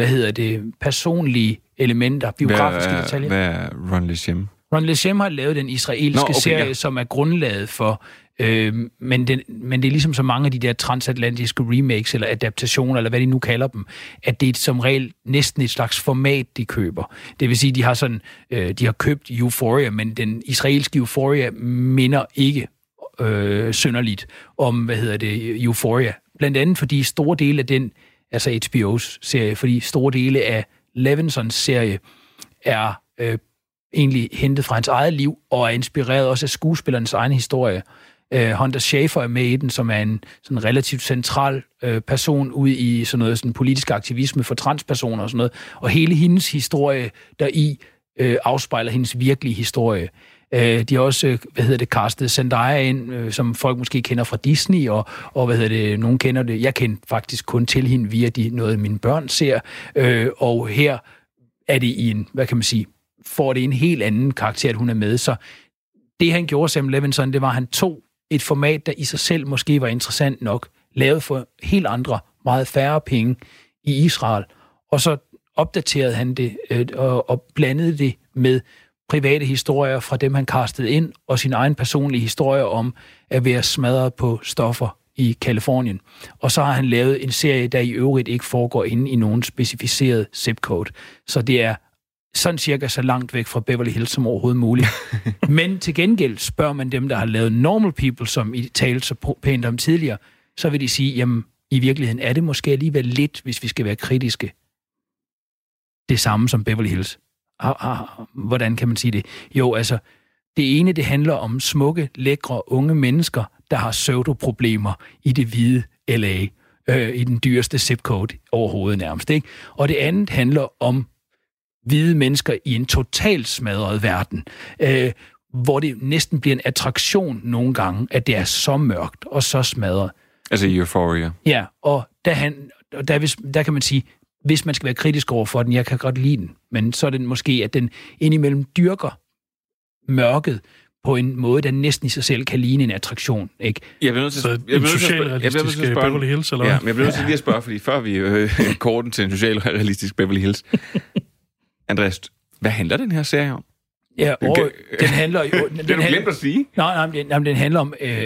Speaker 4: personlige elementer, biografiske detaljer.
Speaker 3: Hvad er Ron LeChem?
Speaker 4: Ron LeChem har lavet den israelske serie, som er grundlaget for, men det er ligesom så mange af de der transatlantiske remakes, eller adaptationer, eller hvad de nu kalder dem, at det er som regel næsten et slags format, de køber. Det vil sige, de har købt Euphoria, men den israelske Euphoria minder ikke synderligt om, Euphoria. Blandt andet fordi store dele af den, altså HBO's serie, fordi store dele af Levinsons serie er egentlig hentet fra hans eget liv, og er inspireret også af skuespillernes egen historie. Hunter Schafer er med i den, som er en sådan relativt central person ude i sådan noget sådan politisk aktivisme for transpersoner og sådan noget. Og hele hendes historie deri afspejler hendes virkelige historie. De har også, castet Zendaya ind, som folk måske kender fra Disney, og nogen kender det. Jeg kender faktisk kun til hende via noget, mine børn ser. Og her er det i en, får det en helt anden karakter, at hun er med. Så det, han gjorde, Sam Levinson, det var, at han tog et format, der i sig selv måske var interessant nok, lavet for helt andre, meget færre penge i Israel, og så opdaterede han det og blandede det med private historier fra dem, han kastede ind, og sin egen personlige historie om at være smadret på stoffer i Kalifornien. Og så har han lavet en serie, der i øvrigt ikke foregår inde i nogen specificeret zip-code. Så det er sådan cirka så langt væk fra Beverly Hills som overhovedet muligt. Men til gengæld spørger man dem, der har lavet Normal People, som I talte så pænt om tidligere, så vil de sige, jamen i virkeligheden er det måske alligevel lidt, hvis vi skal være kritiske, det samme som Beverly Hills. Hvordan kan man sige det? Jo, altså, det ene, det handler om smukke, lækre, unge mennesker, der har pseudoproblemer i det hvide LA, i den dyreste zip-code overhovedet nærmest, ikke? Og det andet handler om hvide mennesker i en totalt smadret verden, hvor det næsten bliver en attraktion nogle gange, at det er så mørkt og så smadret.
Speaker 3: Altså Euphoria.
Speaker 4: Ja, og der kan man sige, hvis man skal være kritisk over for den, jeg kan godt lide den, men så er det måske, at den indimellem dyrker mørket på en måde, der næsten i sig selv kan ligne en attraktion, ikke?
Speaker 5: Jeg bliver nødt til Beverly Hills, eller hvad?
Speaker 3: Ja, men jeg bliver nødt til lige at spørge, fordi før vi korten til en socialrealistisk Beverly Hills. Andreas, hvad handler den her serie om?
Speaker 4: Ja, den handler jo...
Speaker 3: Det har du glemt at sige.
Speaker 4: Nej, den handler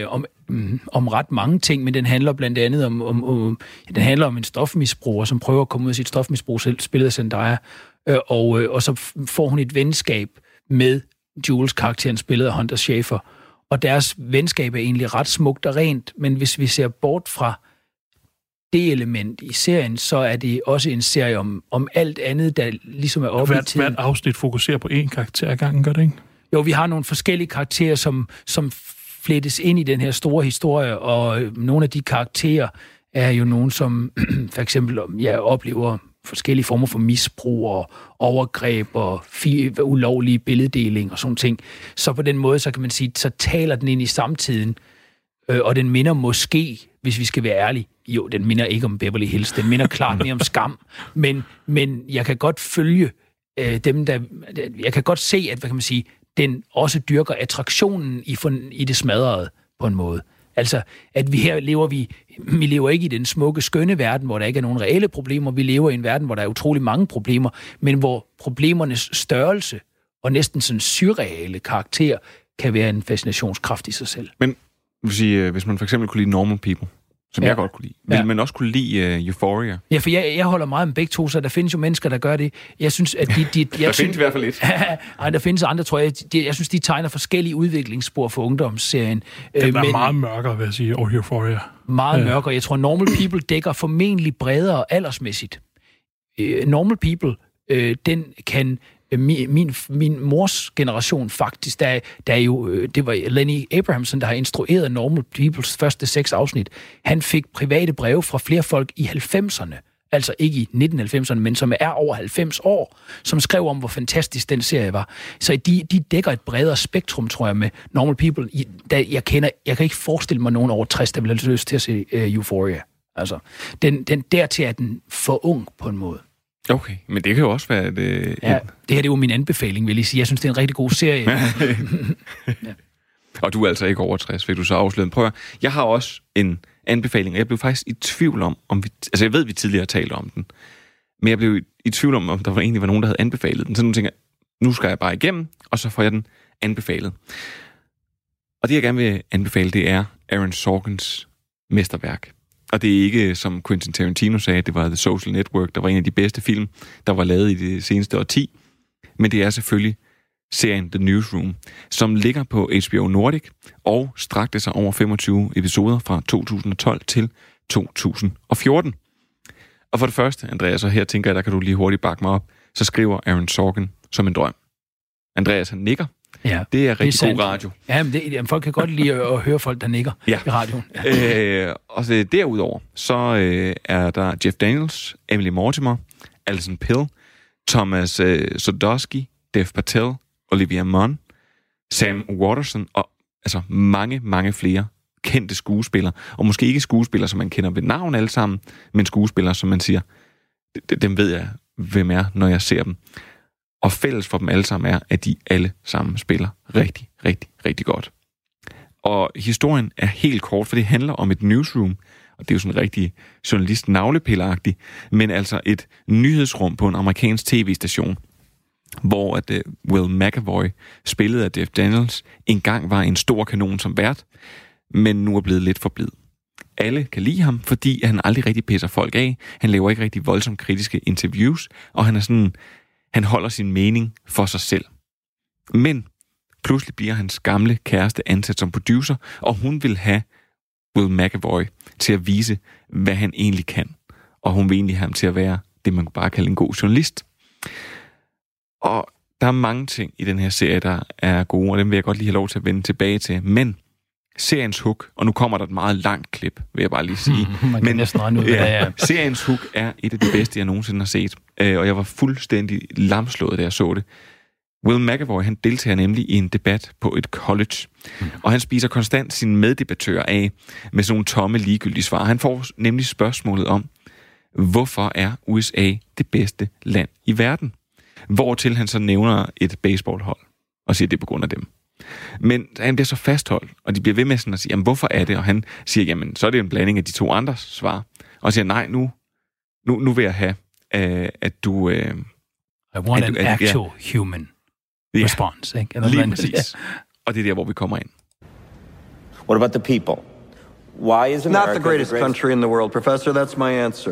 Speaker 4: om ret mange ting, men den handler blandt andet den handler om en stofmisbruger, som prøver at komme ud af sit stofmisbrug, spillet af Zendaya, og så får hun et venskab med Jules, karakteren spillet af Hunter Schafer. Og deres venskab er egentlig ret smukt og rent, men hvis vi ser bort fra det element i serien, så er det også en serie om alt andet, der ligesom er oppe i tiden.
Speaker 5: Hvert afsnit fokuserer på én karakter ad gangen, gør det ikke?
Speaker 4: Jo, vi har nogle forskellige karakterer, som flettes ind i den her store historie, og nogle af de karakterer er jo nogen, som for eksempel oplever forskellige former for misbrug og overgreb og ulovlige billeddeling og sådan ting. Så på den måde, så kan man sige, så taler den ind i samtiden, og den minder måske, hvis vi skal være ærlige, jo, den minder ikke om Beverly Hills, den minder klart mere om Skam, men jeg kan godt følge dem, der... Jeg kan godt se, at, hvad kan man sige, den også dyrker attraktionen i det smadrede på en måde. Altså, at vi lever ikke i den smukke, skønne verden, hvor der ikke er nogen reelle problemer. Vi lever i en verden, hvor der er utrolig mange problemer, men hvor problemernes størrelse og næsten sådan surreale karakter kan være en fascinationskraft i sig selv.
Speaker 3: Men vil sige, hvis man for eksempel kunne lide Normal People, som jeg godt kunne lide, vil man også kunne lide Euphoria? Ja,
Speaker 4: for jeg holder meget med begge to, så der findes jo mennesker, der gør det. Jeg synes, at
Speaker 3: der findes i hvert fald lidt.
Speaker 4: Nej, der findes andre, tror jeg. Jeg synes, de tegner forskellige udviklingsspor for ungdomsserien.
Speaker 5: Den er meget mørkere, vil jeg sige, og Euphoria.
Speaker 4: Meget mørkere. Jeg tror, Normal People dækker formentlig bredere aldersmæssigt. Normal People, den kan... Min mors generation faktisk, der er jo, det var Lenny Abrahamson, der har instrueret Normal Peoples første 6 afsnit. Han fik private breve fra flere folk i 90'erne, altså ikke i 1990'erne, men som er over 90 år, som skrev om, hvor fantastisk den serie var. Så de dækker et bredere spektrum, tror jeg, med Normal People. Jeg kan ikke forestille mig nogen over 60, der vil have lyst til at se Euphoria. Altså, den dertil er den for ung på en måde.
Speaker 3: Okay, men det kan jo også være... det
Speaker 4: her det er jo min anbefaling, vil jeg sige. Jeg synes, det er en rigtig god serie.
Speaker 3: Ja. Og du er altså ikke over 60, fik du så afsløret. Prøv at, jeg har også en anbefaling, og jeg blev faktisk i tvivl om vi... Altså, jeg ved, vi tidligere talte om den, men jeg blev i tvivl om der egentlig var nogen, der havde anbefalet den. Så nu tænker jeg, nu skal jeg bare igennem, og så får jeg den anbefalet. Og det, jeg gerne vil anbefale, det er Aaron Sorkins mesterværk. Og det er ikke, som Quentin Tarantino sagde, det var The Social Network, der var en af de bedste film, der var lavet i det seneste årti. Men det er selvfølgelig serien The Newsroom, som ligger på HBO Nordic og strakte sig over 25 episoder fra 2012 til 2014. Og for det første, Andreas, og her tænker jeg, der kan du lige hurtigt bakke mig op, så skriver Aaron Sorkin som en drøm. Andreas, han nikker.
Speaker 4: Ja,
Speaker 3: det er rigtig god radio.
Speaker 4: Ja, men folk kan godt lide at høre folk, der nikker i radioen.
Speaker 3: Og så derudover, så er der Jeff Daniels, Emily Mortimer, Alison Pill, Thomas Sodowski, Dev Patel, Olivia Munn, Sam Waterston og altså mange, mange flere kendte skuespillere. Og måske ikke skuespillere, som man kender ved navn alle sammen, men skuespillere, som man siger, dem ved jeg, hvem er, når jeg ser dem. Og fælles for dem alle sammen er, at de alle sammen spiller rigtig, rigtig, rigtig godt. Og historien er helt kort, for det handler om et newsroom, og det er jo sådan rigtig journalist-navlepilleragtigt, men altså et nyhedsrum på en amerikansk tv-station, hvor at Will McAvoy, spillet af Jeff Daniels, engang var en stor kanon som vært, men nu er blevet lidt for blid. Alle kan lide ham, fordi han aldrig rigtig pisser folk af. Han laver ikke rigtig voldsomt kritiske interviews, og han holder sin mening for sig selv. Men pludselig bliver hans gamle kæreste ansat som producer, og hun vil have Will McAvoy til at vise, hvad han egentlig kan. Og hun vil egentlig have ham til at være det, man bare kalde en god journalist. Og der er mange ting i den her serie, der er gode, og dem vil jeg godt lige have lov til at vende tilbage til. Men seriens hook, og nu kommer der et meget langt klip, vil jeg bare lige sige.
Speaker 4: Man kan næsten regne ud, hvad det er.
Speaker 3: Seriens hook er et af de bedste, jeg nogensinde har set. Og jeg var fuldstændig lamslået, da jeg så det. Will McAvoy, han deltager nemlig i en debat på et college. Og han spiser konstant sine meddebattører af med sådan nogle tomme, ligegyldige svar. Han får nemlig spørgsmålet om, hvorfor er USA det bedste land i verden? Hvortil han så nævner et baseballhold og siger, det er på grund af dem. Men han bliver så fastholdt, og de bliver ved med sådan at sige, jamen hvorfor er det? Og han siger, jamen så er det en blanding af de to andres svar. Og siger, nej, nu vil jeg have, at du...
Speaker 4: I want an actual human response. Ikke?
Speaker 3: Lige præcis. Og det er der, hvor vi kommer ind.
Speaker 16: What about the people? Why is America
Speaker 17: not the greatest country in the world, Professor? That's my answer.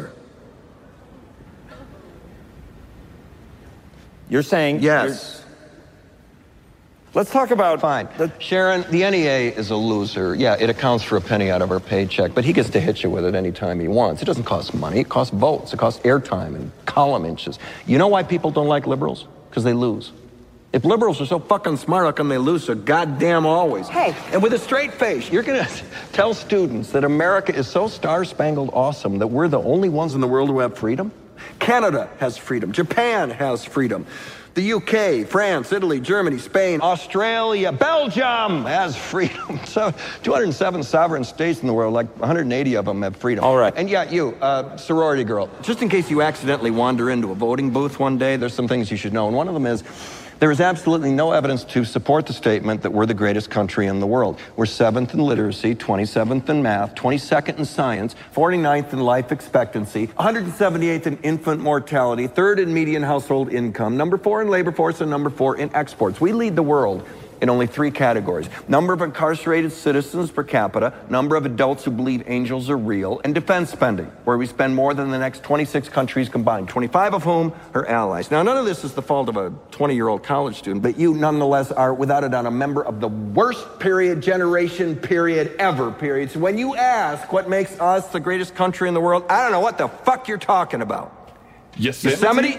Speaker 16: You're saying...
Speaker 17: Yes.
Speaker 16: Let's talk about...
Speaker 17: Fine. Sharon, the NEA is a loser. Yeah, it accounts for a penny out of our paycheck, but he gets to hit you with it anytime he wants. It doesn't cost money. It costs votes. It costs airtime and column inches. You know why people don't like liberals? Because they lose. If liberals are so fucking smart, how come they lose so goddamn always?
Speaker 16: Hey.
Speaker 17: And with a straight face, you're going to tell students that America is so star-spangled awesome that we're the only ones in the world who have freedom? Canada has freedom. Japan has freedom. The UK, France, Italy, Germany, Spain, Australia, Belgium has freedom. So 207 sovereign states in the world, like 180 of them have freedom. All right. And yeah, you, sorority girl, just in case you accidentally wander into a voting booth one day, there's some things you should know. And one of them is, there is absolutely no evidence to support the statement that we're the greatest country in the world. We're 7th in literacy, 27th in math, 22nd in science, 49th in life expectancy, 178th in infant mortality, 3rd in median household income, number 4 in labor force, and number 4 in exports. We lead the world in only 3 categories: number of incarcerated citizens per capita, number of adults who believe angels are real, and defense spending, where we spend more than the next 26 countries combined, 25 of whom are allies. Now, none of this is the fault of a 20-year-old college student, but you nonetheless are, without a doubt, a member of the worst generation ever. So when you ask what makes us the greatest country in the world, I don't know what the fuck you're talking about. Yosemite?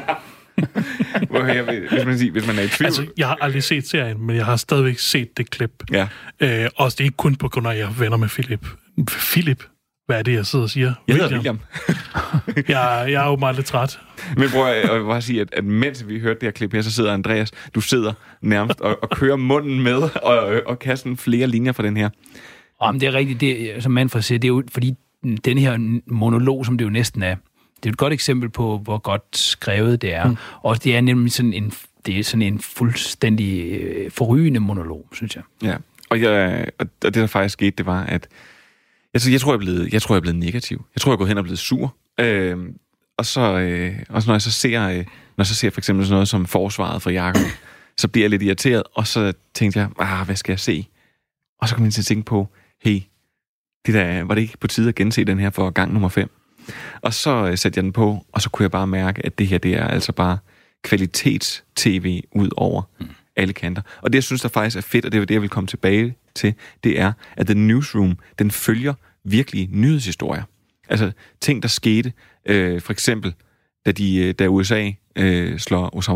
Speaker 3: hvis man er i tvivl.
Speaker 5: Altså, jeg har aldrig set serien, men jeg har stadigvæk set det klip.
Speaker 3: Ja.
Speaker 5: Og det er ikke kun på grund af, at jeg er venner med Philip. Philip? Hvad er det, jeg sidder og siger?
Speaker 3: Jeg hedder William.
Speaker 5: jeg er jo meget lidt træt.
Speaker 3: Men prøv at bare sige, at mens vi hørte det her klip her, så sidder Andreas, du sidder nærmest og kører munden med, og kan sådan flere linjer fra den her.
Speaker 4: Men det er rigtigt, det, som Manfred siger, det er jo fordi den her monolog, som det jo næsten er, det er et godt eksempel på, hvor godt skrevet det er. Og det er nemlig sådan en fuldstændig forrygende monolog, synes jeg.
Speaker 3: Ja, og det der faktisk skete, det var, at jeg tror, jeg er blevet negativ. Jeg tror, jeg er gået hen og blevet sur. Og så når jeg så ser for eksempel sådan noget som forsvaret fra Jakob, så bliver jeg lidt irriteret, og så tænkte jeg, hvad skal jeg se? Og så kom jeg til at tænke på, hey, var det ikke på tide at gense den her for gang nummer 5? Og så satte jeg den på, og så kunne jeg bare mærke, at det her, det er altså bare kvalitets-tv ud over alle kanter. Og det, jeg synes, der faktisk er fedt, og det er det, jeg vil komme tilbage til, det er, at The Newsroom, den følger virkelig nyhedshistorier. Altså ting, der skete, for eksempel, da USA slår Osama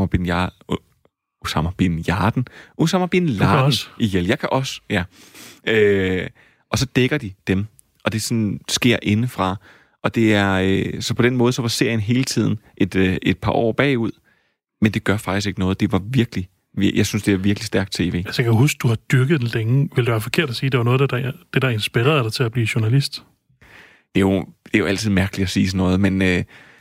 Speaker 3: bin Laden ihjel. Jeg kan også, ja. Og så dækker de dem, og det sådan sker indefra. Og det er, så på den måde, så var serien hele tiden et par år bagud, men det gør faktisk ikke noget. Det var virkelig, jeg synes, det er virkelig stærkt tv.
Speaker 5: Altså, jeg kan huske, du har dyrket den længe. Vil det være forkert at sige, at det var noget, der inspirerede dig til at blive journalist?
Speaker 3: Det er jo altid mærkeligt at sige sådan noget, men jeg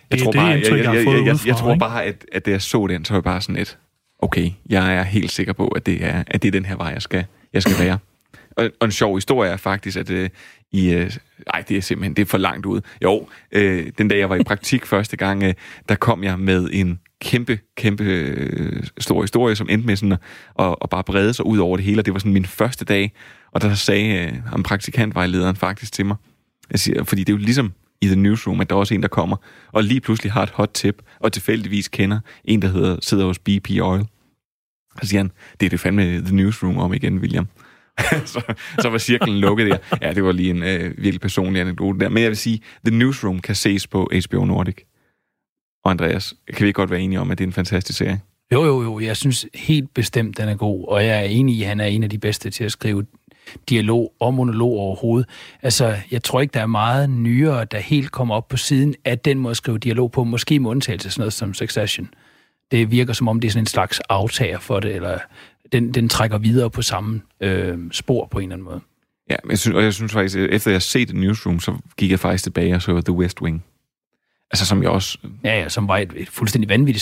Speaker 3: tror bare, at da jeg så den, så var jeg bare sådan et, okay, jeg er helt sikker på, at det er den her vej, jeg skal være. Og en sjov historie er faktisk, at det er simpelthen, det er for langt ud. Jo, den dag jeg var i praktik første gang, der kom jeg med en kæmpe stor historie, som endte med sådan at bare brede sig ud over det hele, og det var sådan min første dag, og der sagde praktikantvejlederen faktisk til mig, jeg siger, fordi det er jo ligesom i The Newsroom, at der er også en, der kommer, og lige pludselig har et hot tip, og tilfældigvis kender en, der sidder hos BP Oil. Så siger han, det er det fandme The Newsroom om igen, William. så var cirklen lukket der. Ja, det var lige en virkelig personlig anekdote der. Men jeg vil sige, The Newsroom kan ses på HBO Nordic. Og Andreas, kan vi godt være enige om, at det er en fantastisk serie?
Speaker 4: Jo. Jeg synes helt bestemt, den er god. Og jeg er enig i, at han er en af de bedste til at skrive dialog og monolog overhovedet. Altså, jeg tror ikke, der er meget nyere, der helt kommer op på siden af den måde at skrive dialog på. Måske med undtagelse sådan noget som Succession. Det virker som om, det er sådan en slags aftager for det, eller den trækker videre på samme spor på en eller anden måde.
Speaker 3: Ja, jeg synes faktisk, efter jeg har set The Newsroom, så gik jeg faktisk tilbage og så The West Wing. Altså, som jeg også...
Speaker 4: Ja, som var et fuldstændig vanvittigt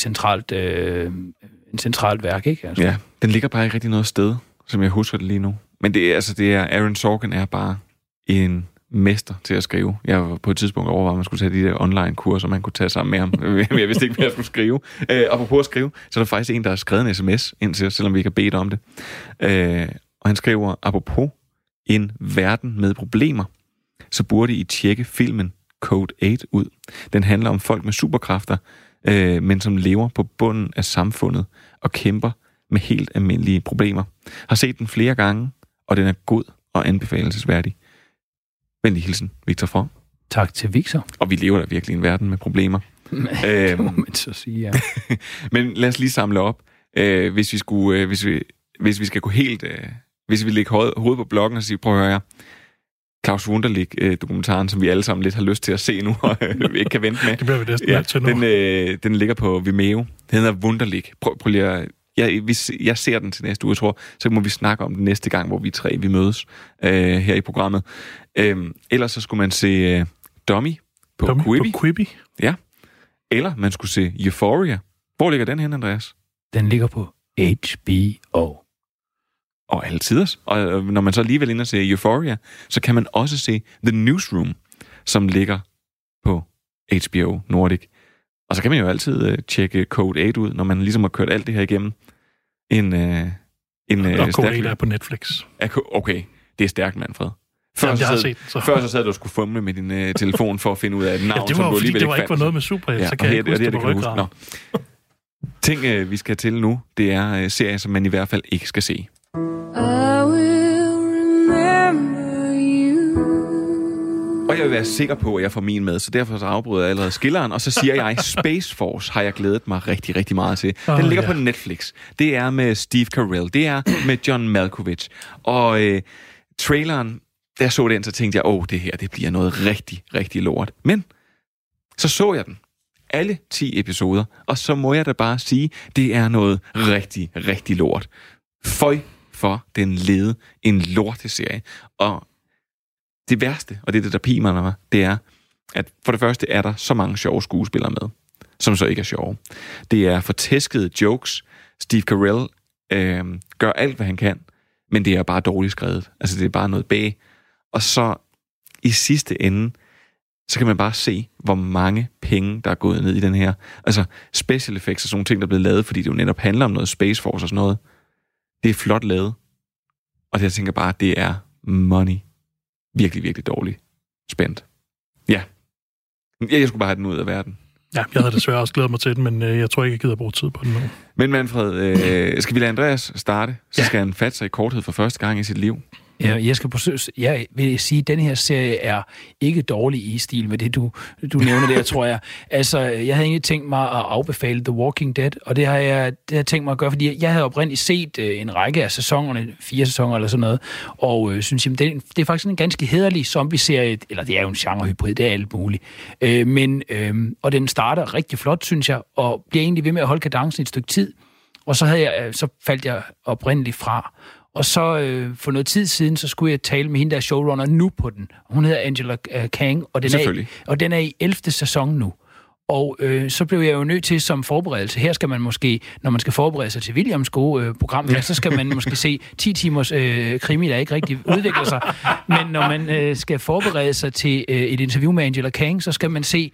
Speaker 4: centralt værk, ikke? Altså.
Speaker 3: Ja, den ligger bare ikke rigtig noget sted, som jeg husker det lige nu. Men det er Aaron Sorkin er bare en mester til at skrive. Jeg var på et tidspunkt overvejet, at man skulle tage de der online-kurser, man kunne tage sammen med ham. Jeg vidste ikke, hvad jeg skulle skrive. Apropos at skrive, så er der faktisk en, der har skrevet en sms ind til os, selvom vi ikke har bedt om det. Og han skriver, apropos en verden med problemer, så burde I tjekke filmen Code 8 ud. Den handler om folk med superkræfter, men som lever på bunden af samfundet og kæmper med helt almindelige problemer. Har set den flere gange, og den er god og anbefalelsesværdig. Venlig hilsen, Victor From.
Speaker 4: Tak til Victor.
Speaker 3: Og vi lever da virkelig i en verden med problemer.
Speaker 4: Det må man så sige, ja.
Speaker 3: Men lad os lige samle op. Hvis vi skal gå helt... hvis vi lægger hovedet på blokken og sige, prøv at høre, Claus Wunderlich-dokumentaren, som vi alle sammen lidt har lyst til at se nu, og vi ikke kan vente med.
Speaker 5: Det bliver vi næsten til nu.
Speaker 3: Den ligger på Vimeo. Den hedder Wunderlich. Prøv lige at... Jeg ser den til næste uge, jeg tror. Så må vi snakke om den næste gang, hvor vi mødes her i programmet. Ellers så skulle man se Dummy på Quibi. Ja. Eller man skulle se Euphoria. Hvor ligger den hen, Andreas?
Speaker 4: Den ligger på HBO.
Speaker 3: Og altid. Og når man så alligevel inde og ser Euphoria, så kan man også se The Newsroom, som ligger på HBO Nordic. Og så kan man jo altid tjekke Code 8 ud, når man ligesom har kørt alt det her igennem.
Speaker 5: Og Code 8 er på Netflix.
Speaker 3: Okay, det er stærkt, Manfred.
Speaker 5: Før så
Speaker 3: sad du og skulle fumle med din telefon for at finde ud af et navn,
Speaker 5: ja, det var, fordi det var ikke noget med superhelt, så kan jeg ikke huske det på ryggraden.
Speaker 3: Ting, vi skal til nu, det er serier, som man i hvert fald ikke skal se. Og jeg vil være sikker på, at jeg får min med, så derfor så afbryder jeg allerede skilleren, og så siger jeg, Space Force har jeg glædet mig rigtig, rigtig meget til. Den ligger på Netflix. Det er med Steve Carell. Det er med John Malkovich. Og traileren, da jeg så den, så tænkte jeg, det her, det bliver noget rigtig, rigtig lort. Men så jeg den. Alle 10 episoder, og så må jeg da bare sige, det er noget rigtig, rigtig lort. Føj for den lede en lorteserie. Og det værste, og det er det, der pimer mig, det er, at for det første er der så mange sjove skuespillere med, som så ikke er sjove. Det er fortæskede jokes. Steve Carell gør alt, hvad han kan, men det er bare dårligt skrevet. Altså, det er bare noget bag. Og så i sidste ende, så kan man bare se, hvor mange penge, der er gået ned i den her. Altså, special effects og sådan nogle ting, der er blevet lavet, fordi det jo netop handler om noget Space Force og sådan noget. Det er flot lavet. Og jeg tænker bare, det er money. Virkelig, virkelig dårligt spændt. Ja. Jeg skulle bare have den ud af verden.
Speaker 5: Ja, jeg havde desværre også glædet mig til den, men jeg tror ikke, jeg gider bruge tid på den nu.
Speaker 3: Men Manfred, skal vi lade Andreas starte? Så skal han fatte sig i korthed for første gang i sit liv.
Speaker 4: Ja, jeg vil sige, at denne her serie er ikke dårlig i stil med det, du nævner der, tror jeg. Altså, jeg havde egentlig tænkt mig at afbefale The Walking Dead, og det har jeg tænkt mig at gøre, fordi jeg havde oprindeligt set en række af sæsonerne, 4 sæsoner eller sådan noget, og synes, jamen, det er faktisk en ganske hæderlig zombie-serie, eller det er jo en genrehybrid, det er alt muligt. Og den starter rigtig flot, synes jeg, og bliver egentlig ved med at holde kadencen et stykke tid, og så faldt jeg oprindeligt fra. Og så for noget tid siden, så skulle jeg tale med hende, der er showrunner nu på den. Hun hedder Angela Kang, og den er i 11. sæson nu. Og så blev jeg jo nødt til som forberedelse. Her skal man måske, når man skal forberede sig til Williams gode program, så skal man måske se 10 timers krimi, der ikke rigtig udvikler sig. Men når man skal forberede sig til et interview med Angela Kang, så skal man se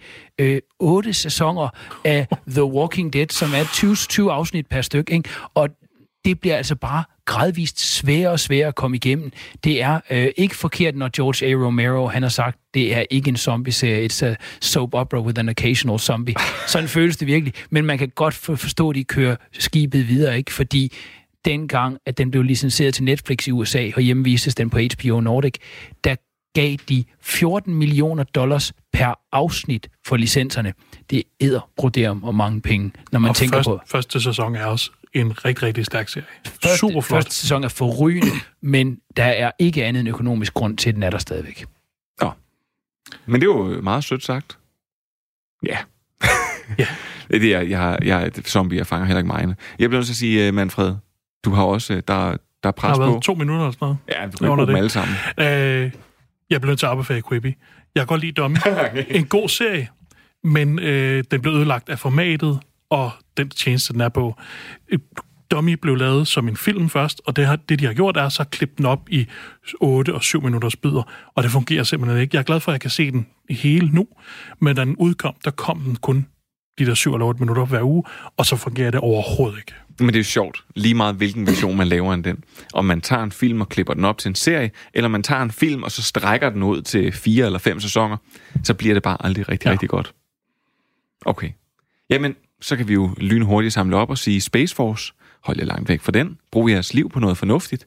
Speaker 4: 8 sæsoner af The Walking Dead, som er 20 afsnit per stykke, ikke? Og det bliver altså bare gradvist sværere og sværere at komme igennem. Det er ikke forkert, når George A. Romero, han har sagt, det er ikke en zombie-serie, it's a soap opera with an occasional zombie. Sådan føles det virkelig. Men man kan godt forstå, at de kører skibet videre, ikke? Fordi dengang, at den blev licenseret til Netflix i USA, og hjemme vises den på HBO Nordic, der gav de $14 million per afsnit for licenserne. Det er edderbroderum og mange penge, når man tænker på.
Speaker 5: Første sæson er også en rigtig, rigtig stærk serie. Super flot.
Speaker 4: Første sæson er forrygende, men der er ikke andet end økonomisk grund til, den er der stadigvæk.
Speaker 3: Ja. Men det er jo meget sødt sagt. Ja.
Speaker 5: Ja.
Speaker 3: Det er zombie, jeg fanger heller ikke mig. Jeg bliver nødt til at sige, Manfred, du har også, der er pres på.
Speaker 5: 2 minutter eller sådan noget.
Speaker 3: Ja, du kan bruge dem alle sammen.
Speaker 5: Jeg bliver nødt til at arbejde Quibi. Jeg kan godt lide Dummy. En god serie, men den blev ødelagt af formatet, og den tjeneste, den er på. Dummy blev lavet som en film først, og det de har gjort, er så klippe den op i 8 og 7 minutters bidder, og det fungerer simpelthen ikke. Jeg er glad for, at jeg kan se den hele nu, men da den udkom, der kom den kun de der 7 eller 8 minutter hver uge, og så fungerer det overhovedet ikke.
Speaker 3: Men det er jo sjovt, lige meget hvilken version man laver end den. Om man tager en film og klipper den op til en serie, eller man tager en film og så strækker den ud til 4 eller 5 sæsoner, så bliver det bare aldrig rigtig godt. Okay. Jamen, så kan vi jo lynhurtigt samle op og sige Space Force. Hold jer langt væk fra den. Brug jeres liv på noget fornuftigt.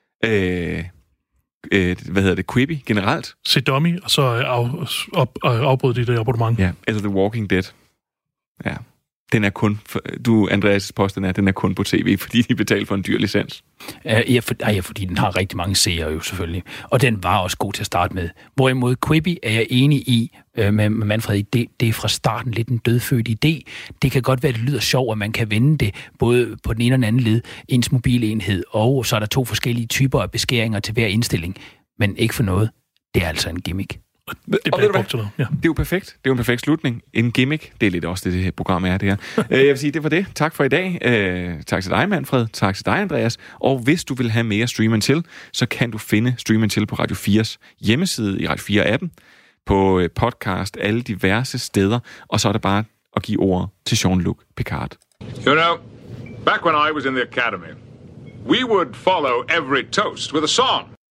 Speaker 3: Quibi generelt.
Speaker 5: Se Dummy, og så afbryde dit abonnement.
Speaker 3: Ja, eller The Walking Dead. Ja. den er kun, Andreas' påstand er, at den er kun på tv, fordi de betaler for en dyr licens.
Speaker 4: Fordi den har rigtig mange seere jo selvfølgelig. Og den var også god til at starte med. Hvorimod Quibi er jeg enig i med Manfred, det er fra starten lidt en dødfødt idé. Det kan godt være, at det lyder sjovt, at man kan vende det både på den ene og den anden led, ens mobilenhed, og så er der 2 forskellige typer af beskæringer til hver indstilling. Men ikke for noget. Det er altså en gimmick.
Speaker 3: Det er jo perfekt. Det er jo en perfekt slutning. En gimmick. Det er lidt også det her program er, det her. Jeg vil sige, det var det. Tak for i dag. Tak til dig, Manfred. Tak til dig, Andreas. Og hvis du vil have mere Stream & Chill, så kan du finde Stream & Chill på Radio 4's hjemmeside i Radio 4-appen, på podcast, alle diverse steder, og så er det bare at give ordet til Jean-Luc Picard.
Speaker 18: You know, back when I was in the academy, we would follow every toast with a song.